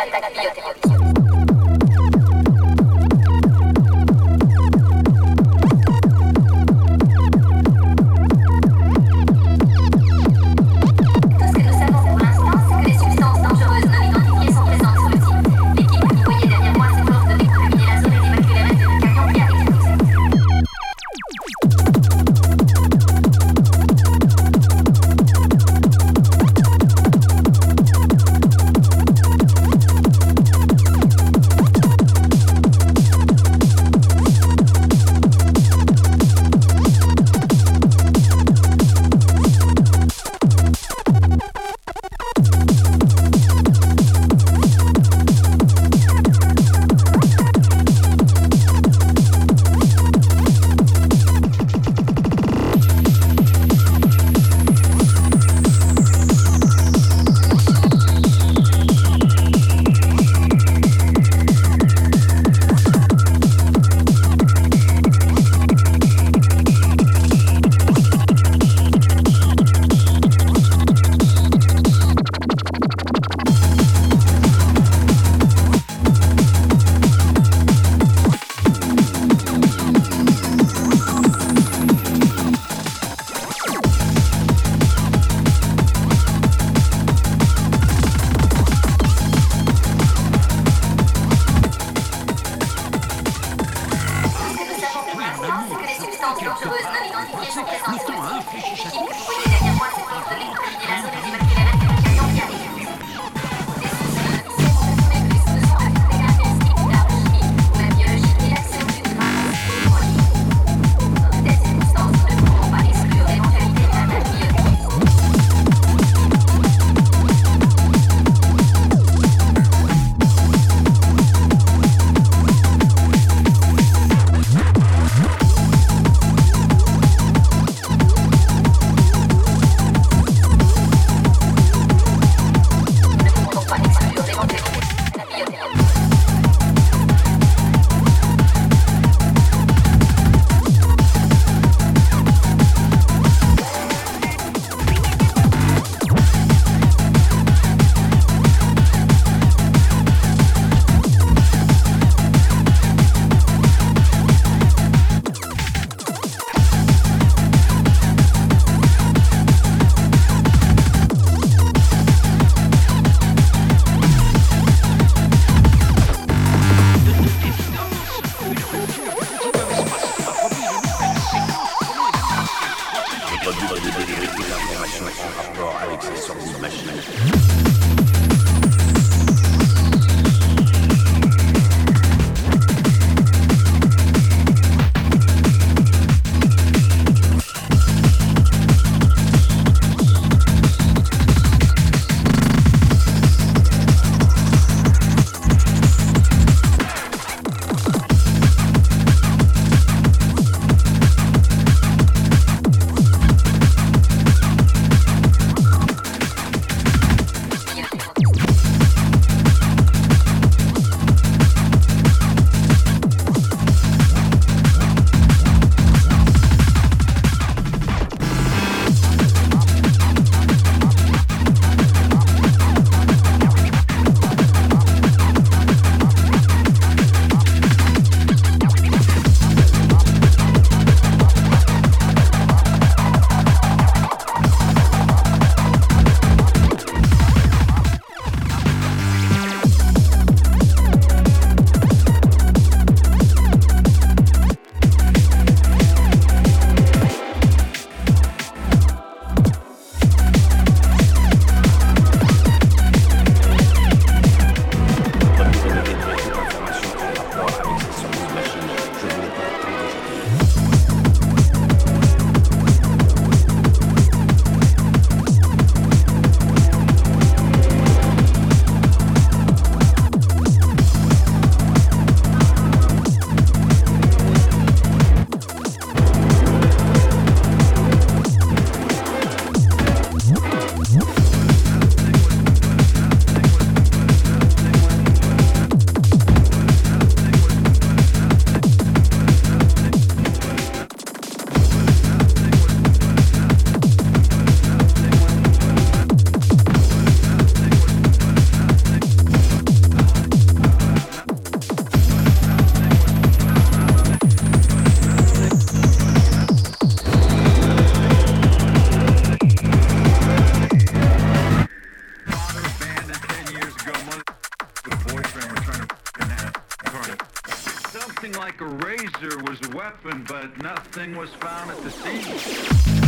attaque bioterroriste. something like a razor was a weapon, but nothing was found at the scene.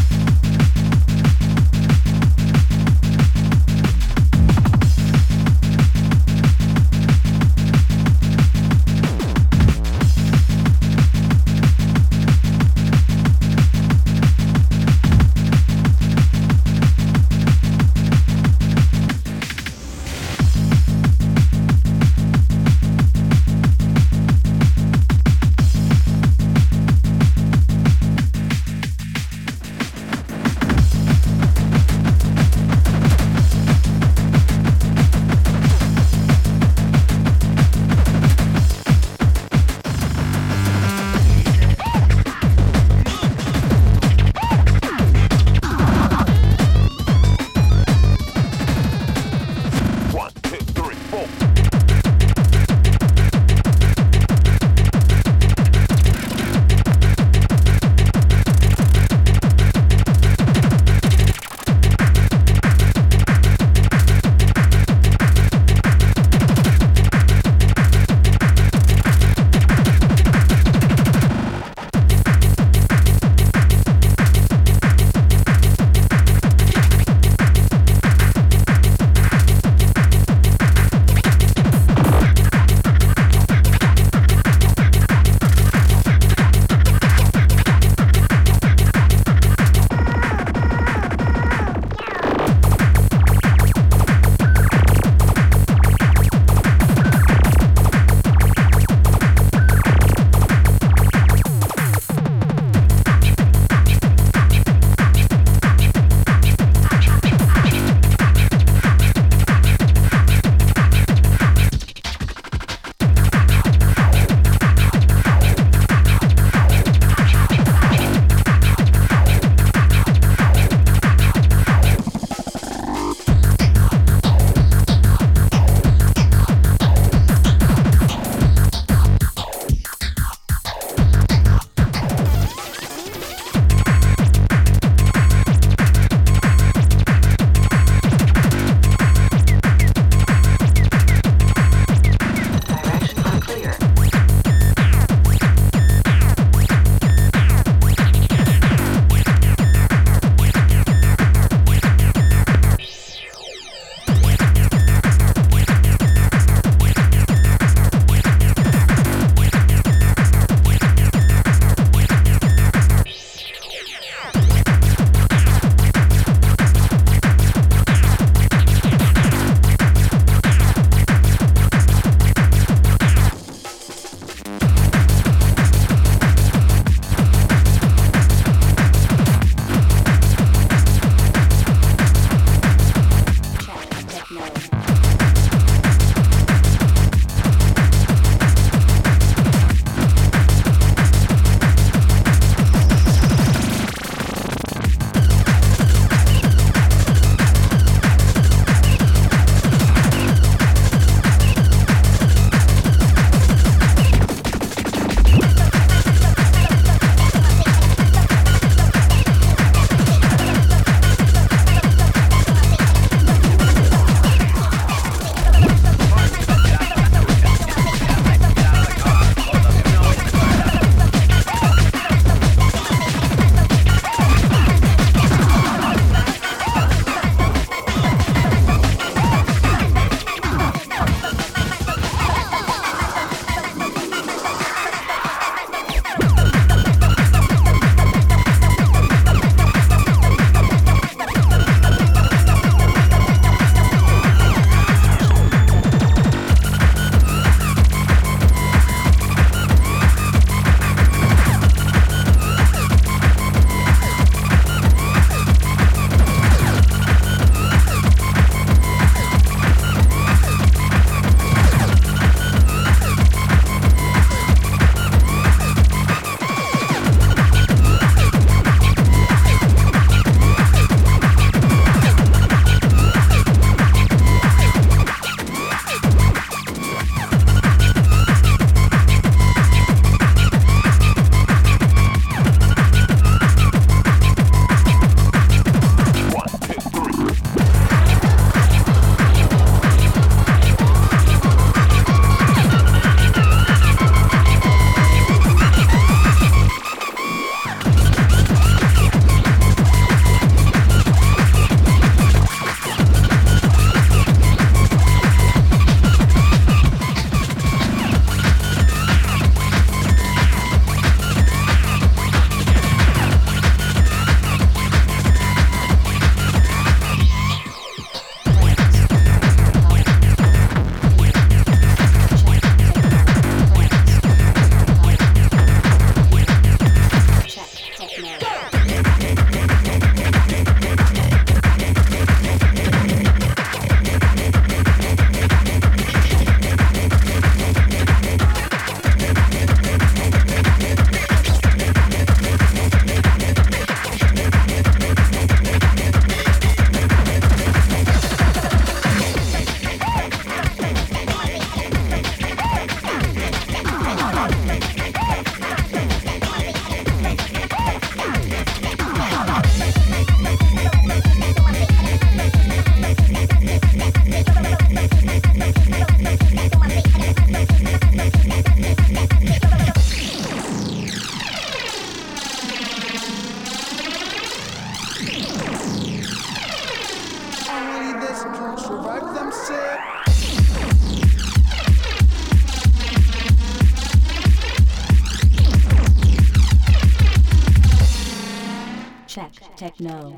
techno.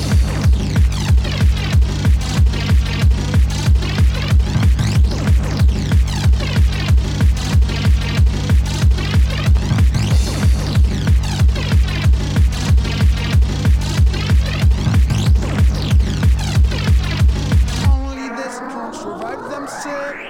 Only this can survive them sick.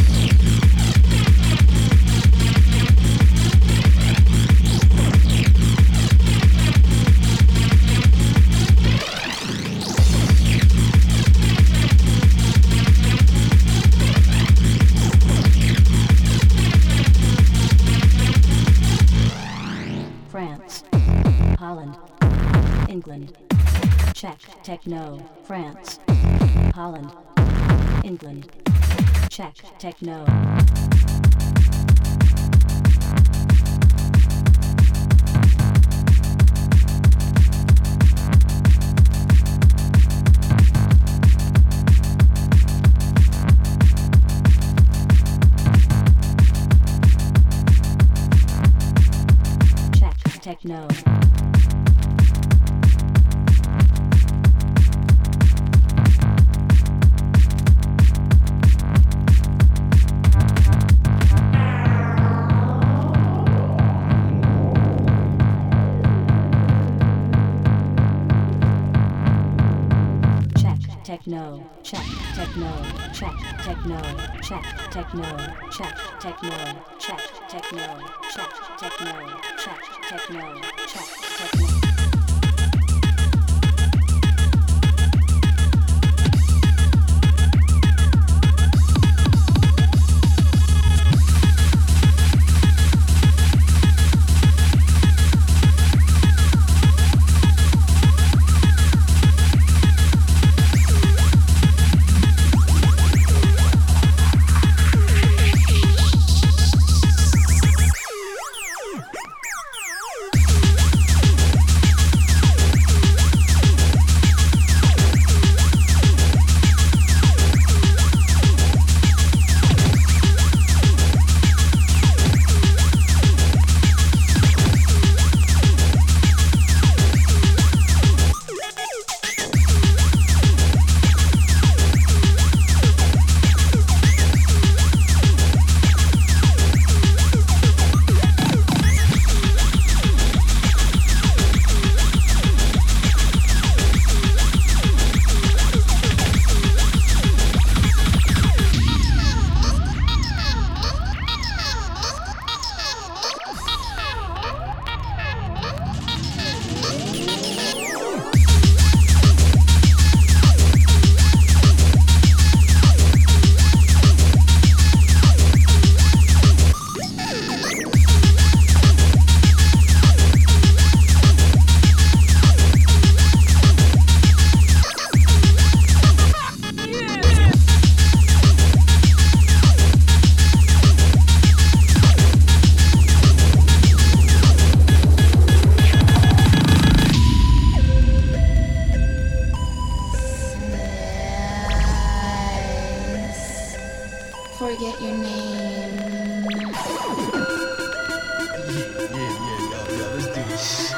France, Holland, England, Czech, techno, France, Holland, England, Czech, techno. Techno. Techno, check, techno, check, techno, check, techno, check, techno, check, techno, check, techno, check, techno, check, techno. Forget your name. Yeah, let's do this.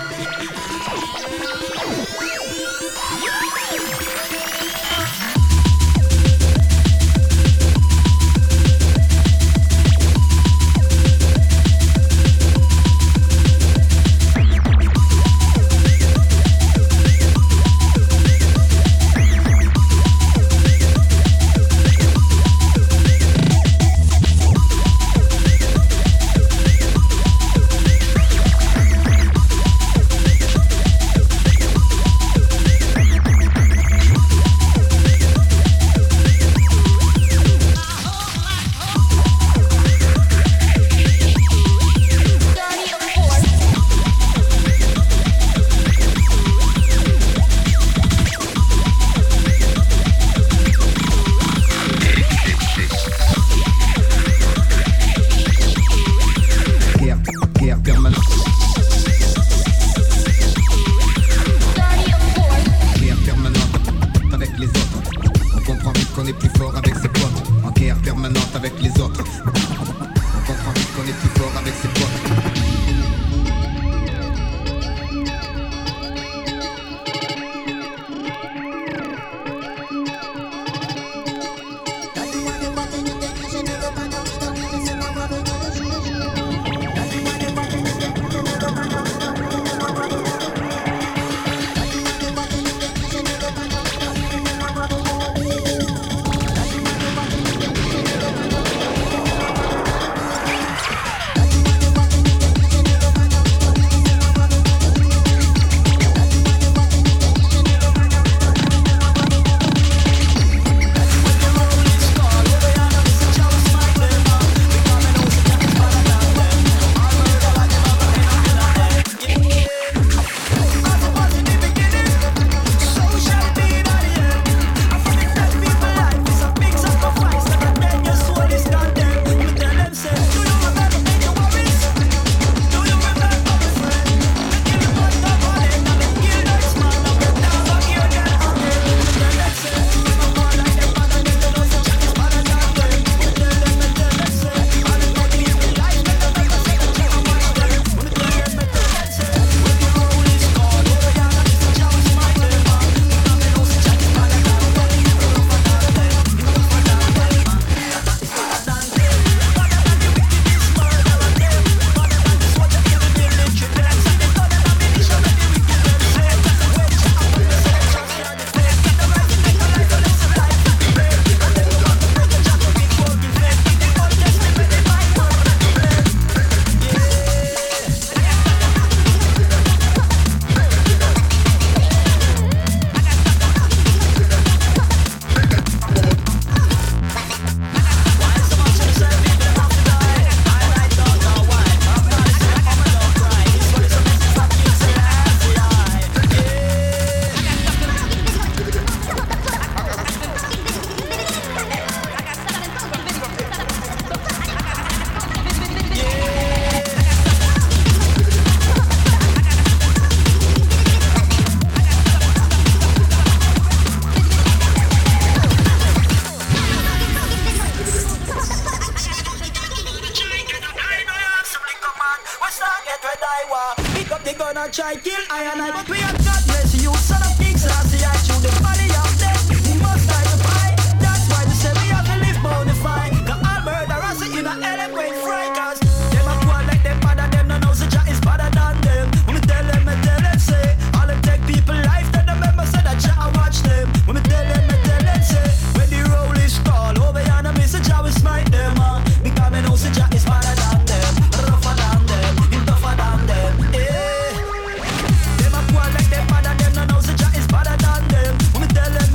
they gonna try kill I and I. But we have God bless you, son of kings. I see I chew the body of them. We must die to fight. That's why they say we have to live bonafide. The all murderers are in a eloquent fry. Cause them a go like them father, them no know the Jah is better than them. When me tell them, say all them take people life. Then the members say that Jah watch them. When me tell them, say when the roll is tall, over yonder me say Jah will smite them. Because me know the Jah is better than them, rougher than them, him tougher than them. Them a go like them father, them no know the Jah is better than them. When me tell them,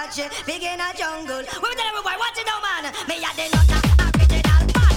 batch, big in a jungle. We tell everybody, watch it now, man. Me a the nutter, original man.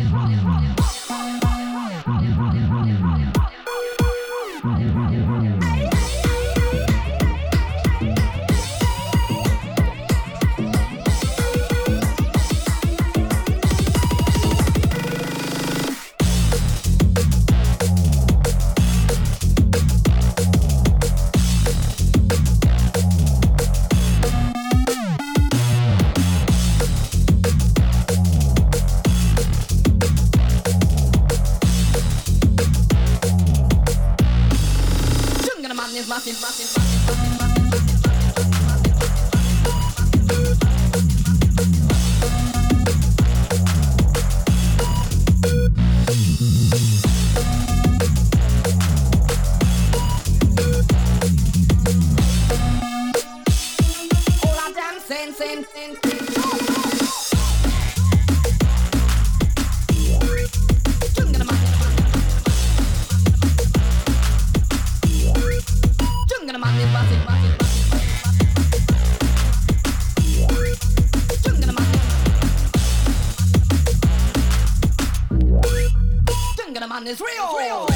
It's real.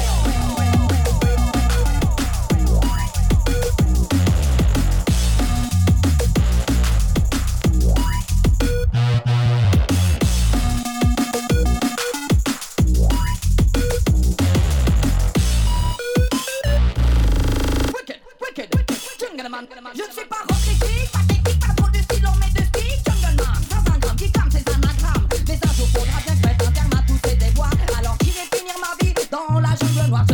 Je ne suis pas rock critique, pas technique, pas trop de style, on met de speed. Jungleman, 500 grammes qui calme ses anagrammes. Les infos faudra bien que je mette un terme à tous ces déboires. Alors j'irai finir ma vie dans la jungle noire.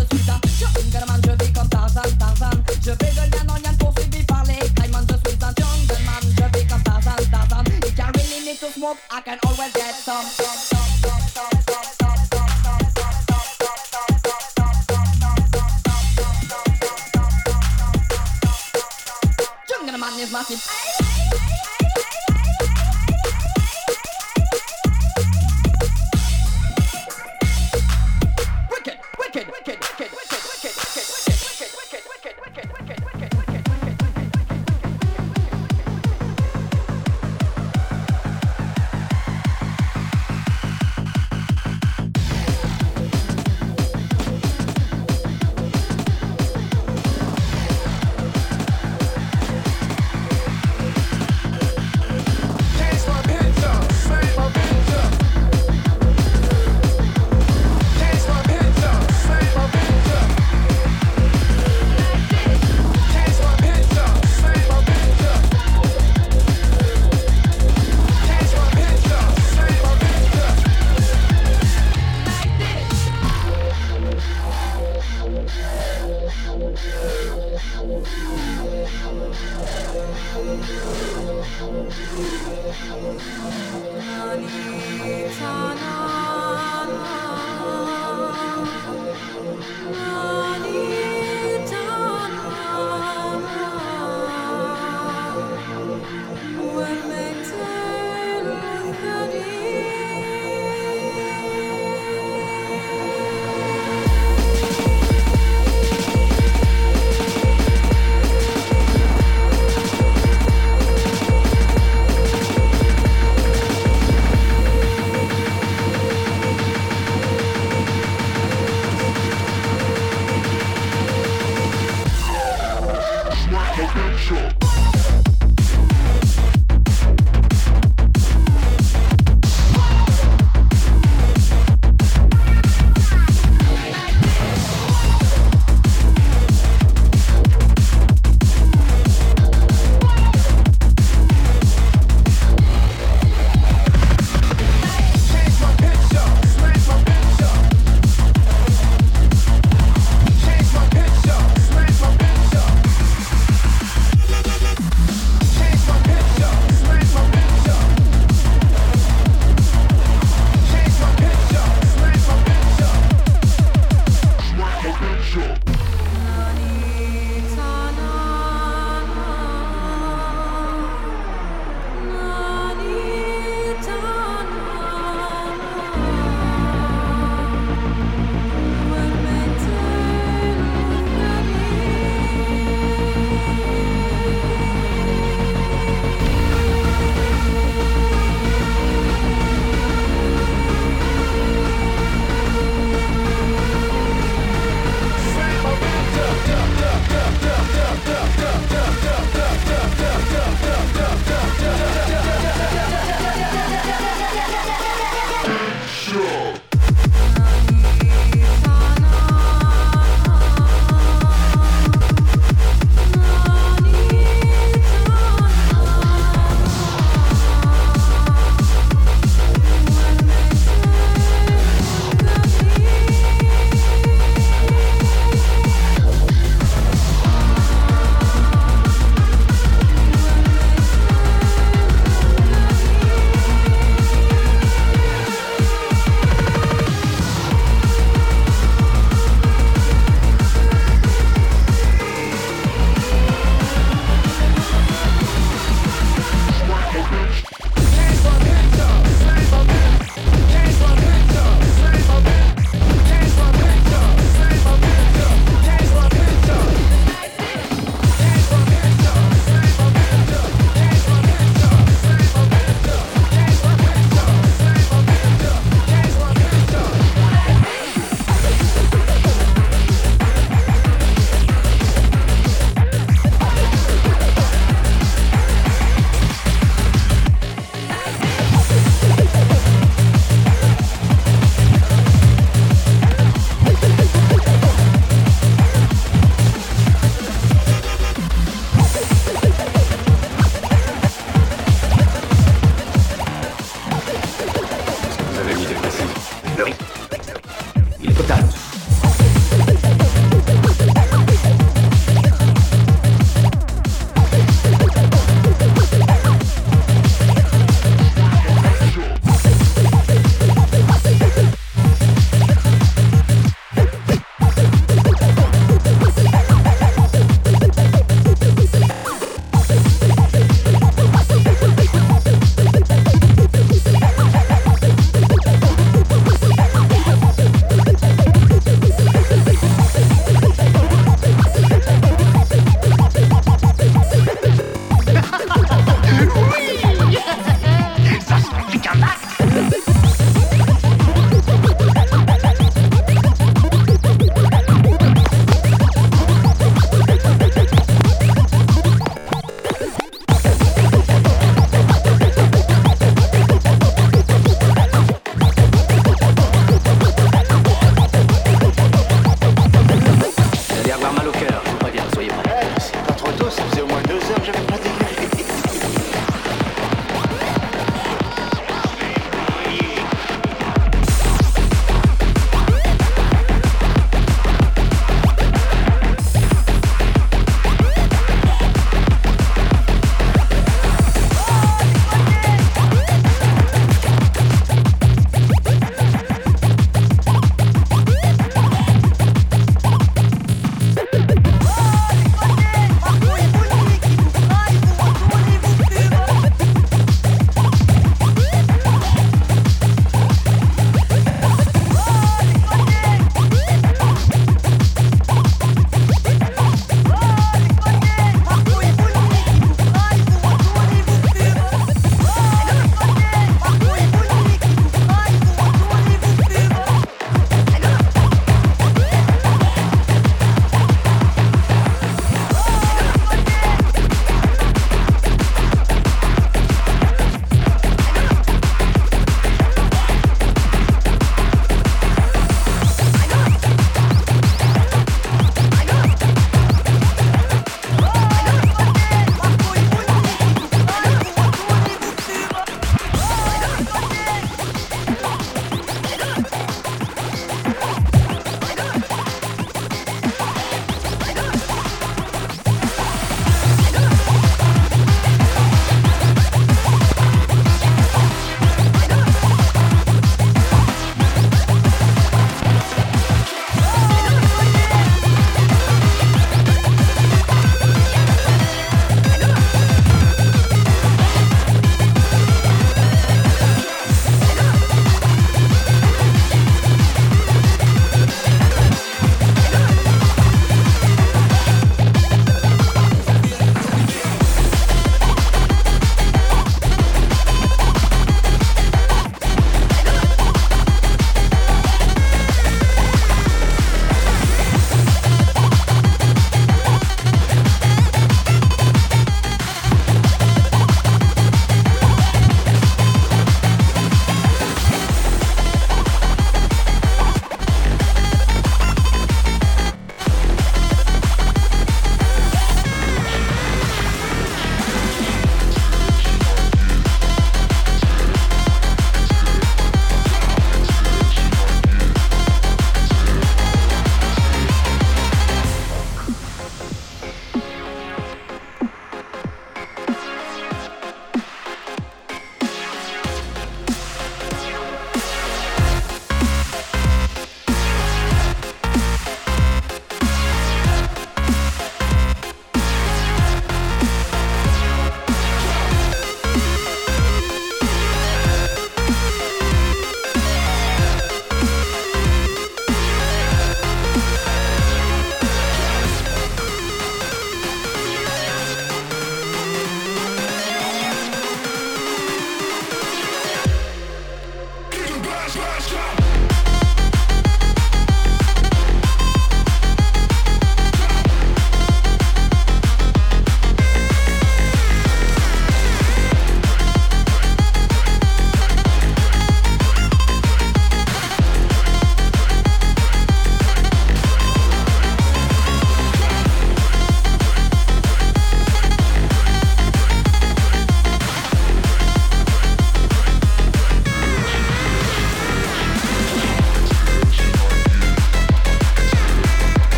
Le rythme, il est total.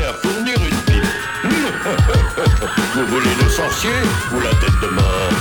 prêt à fournir une pipe. Vous voulez le sorcier ou la tête de mort?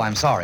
I'm sorry.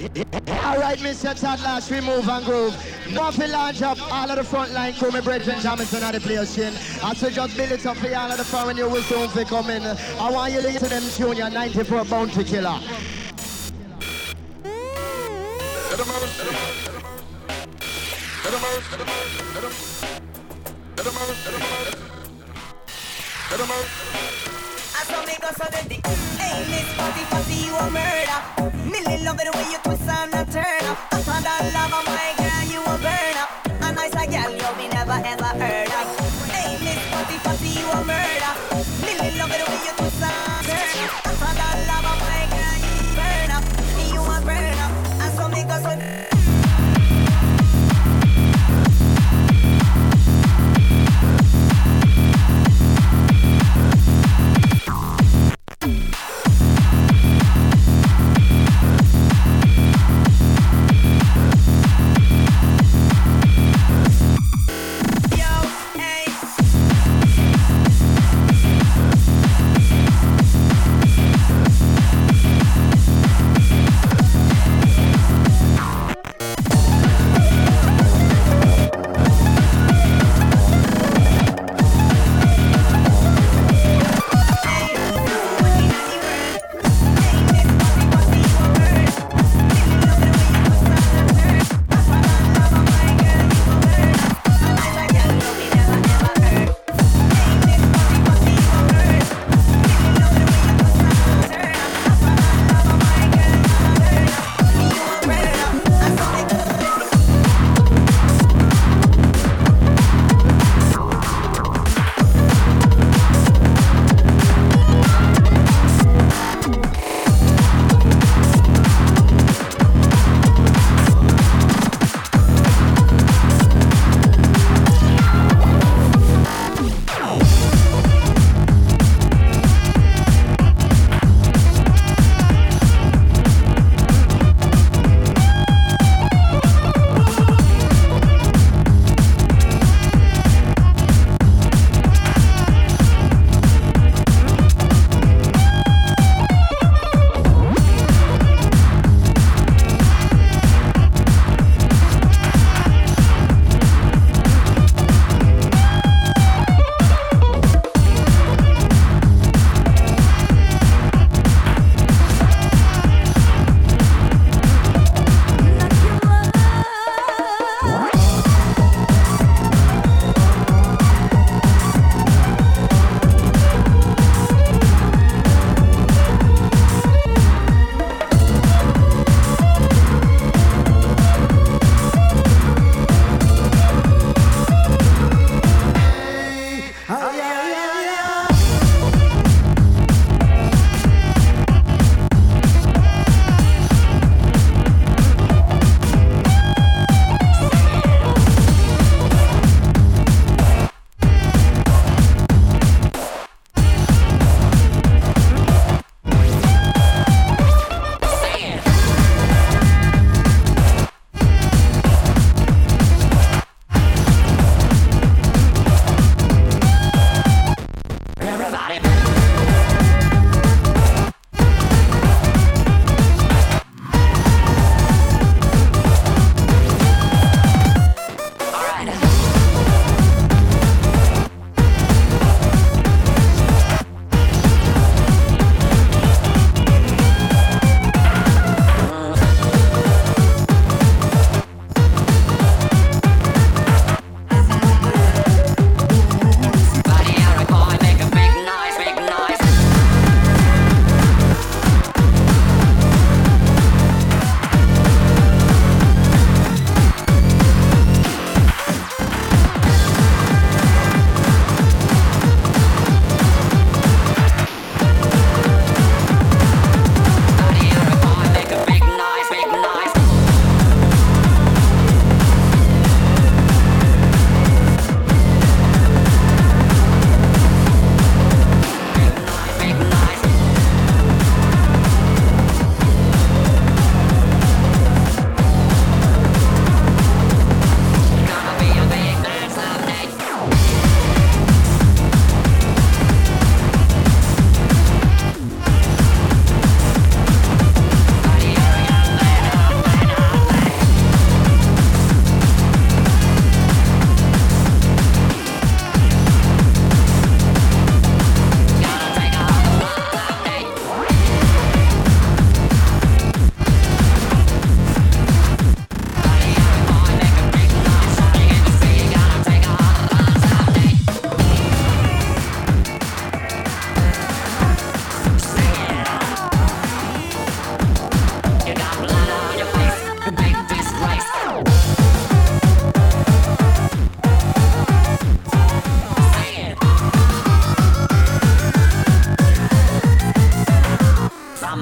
Alright, Mr. Tadlash, we move and groove. Muffy launch up all of the front line, come brethren, Jamison at the place, chin. As we just build it up for all of the foreign, you will soon be coming. I want you to listen to them Junior 94 Bounty Killer. I saw me go so the hey, Miss Fatty, you a murder. Millie love it the way you twist and a turn up. I found a lover, my girl, you a burn up. A nice a girl, you me never ever heard of. Hey, Miss Fatty, you a murder. Millie love it the way you twist and turn up. I found a lover, my girl, you burn up. You a burn up. I saw me go so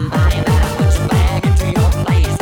Somebody better put your bag into your place.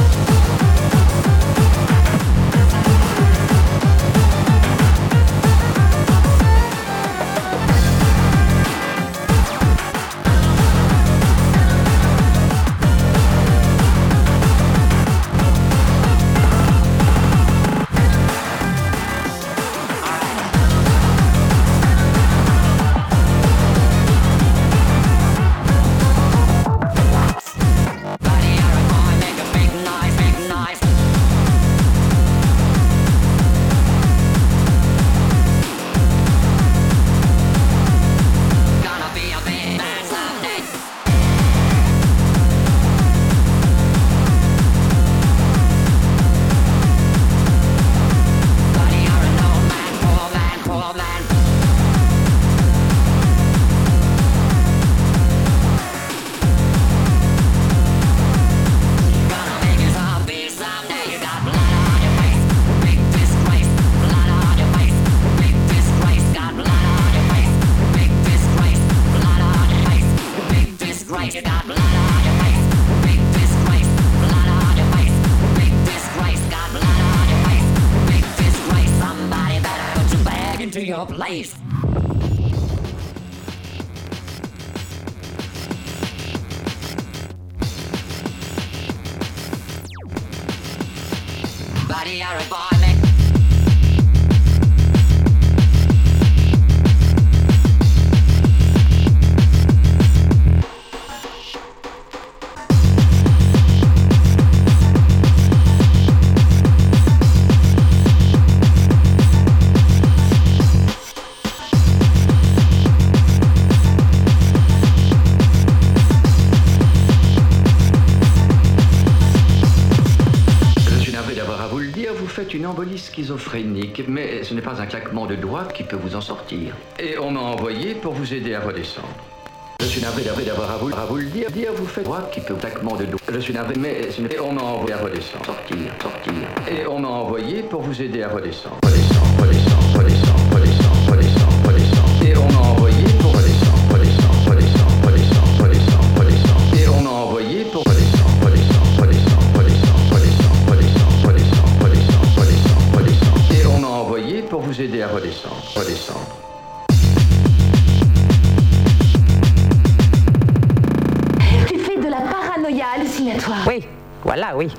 Your place. Buddy, you're a boy, man. Faites une embolie schizophrénique, mais ce n'est pas un claquement de doigts qui peut vous en sortir. Et on m'a envoyé pour vous aider à redescendre. Je suis navré d'avoir à vous le dire. Vous faites droit qui peut claquement de doigts. Je suis navré, mais ce n'est pas. On m'a envoyé à redescendre. Sortir. Et on m'a envoyé pour vous aider à redescendre. Redescendre. Et on m'a envoyé pour redescendre. Et on m'a envoyé pour redescendre. Et on m'a envoyé pour vous aider à redescendre. Tu fais de la paranoïa hallucinatoire. Oui, voilà, oui.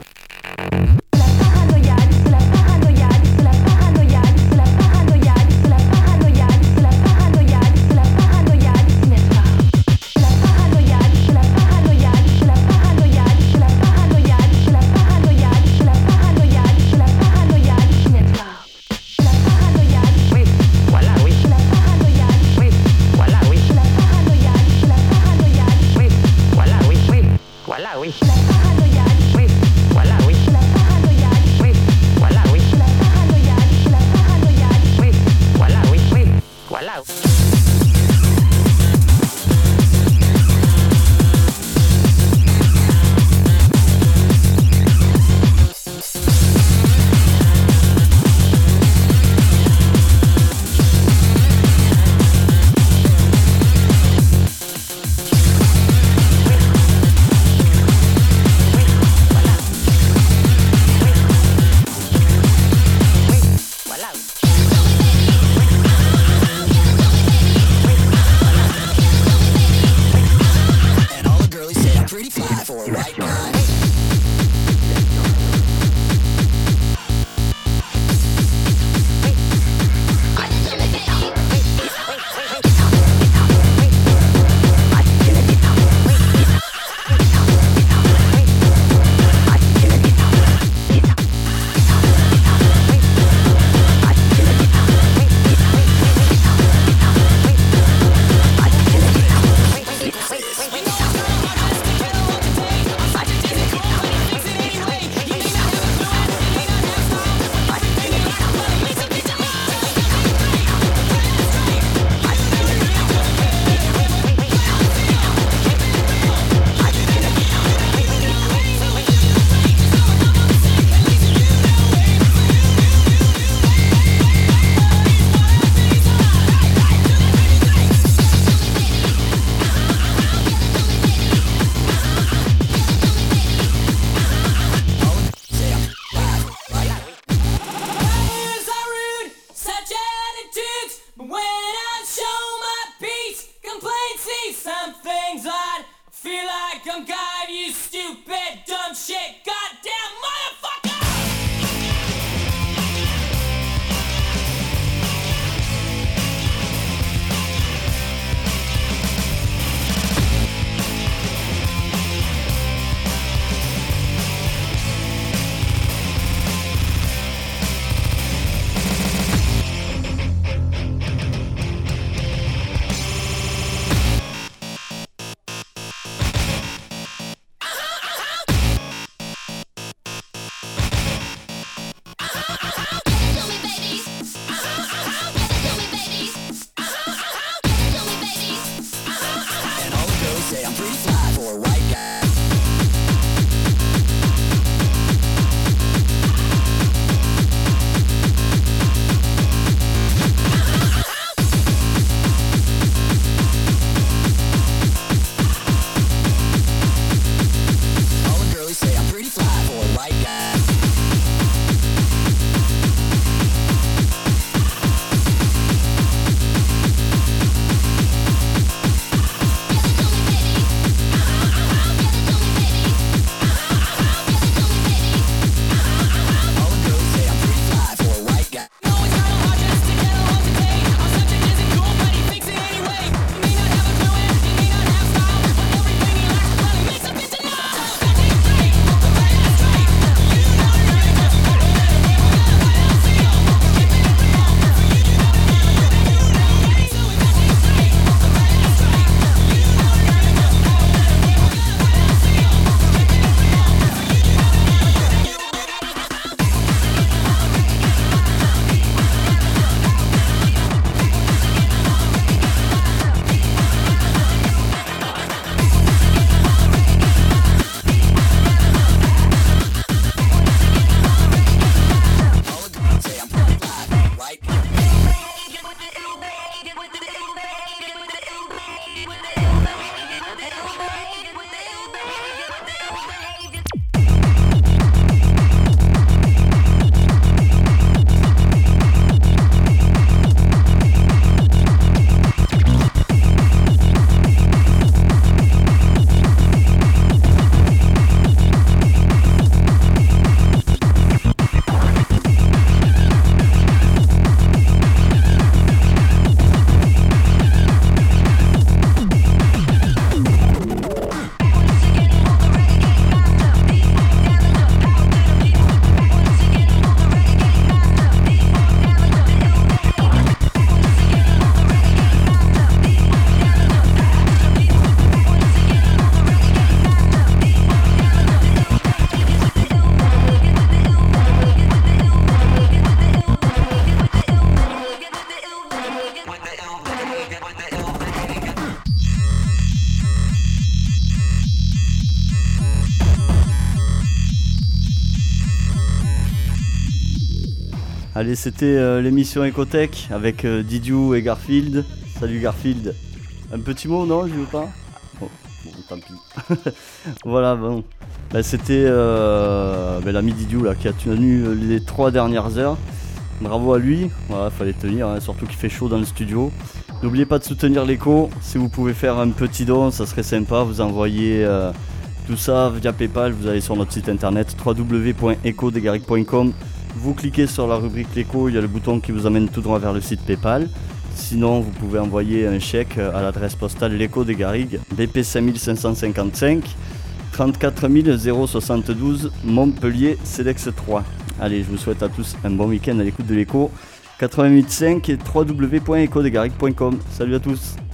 Allez, c'était l'émission Ecotech avec Didiou et Garfield. Salut Garfield. Un petit mot, non, je veux pas. Oh, bon, tant pis. Voilà, bon. Bah, c'était l'ami Didiou là, qui a tenu les 3 dernières heures. Bravo à lui. Voilà, fallait tenir, hein, surtout qu'il fait chaud dans le studio. N'oubliez pas de soutenir l'écho. Si vous pouvez faire un petit don, ça serait sympa. Vous envoyez tout ça via PayPal. Vous allez sur notre site internet www.ecodegaric.com. Vous cliquez sur la rubrique l'écho. Il y a le bouton qui vous amène tout droit vers le site PayPal. Sinon, vous pouvez envoyer un chèque à l'adresse postale l'écho des Garrigues, BP 5555 34 072 Montpellier, Cedex 3. Allez, je vous souhaite à tous un bon week-end à l'écoute de l'écho 88.5 et www.ecodegaric.com. Salut à tous.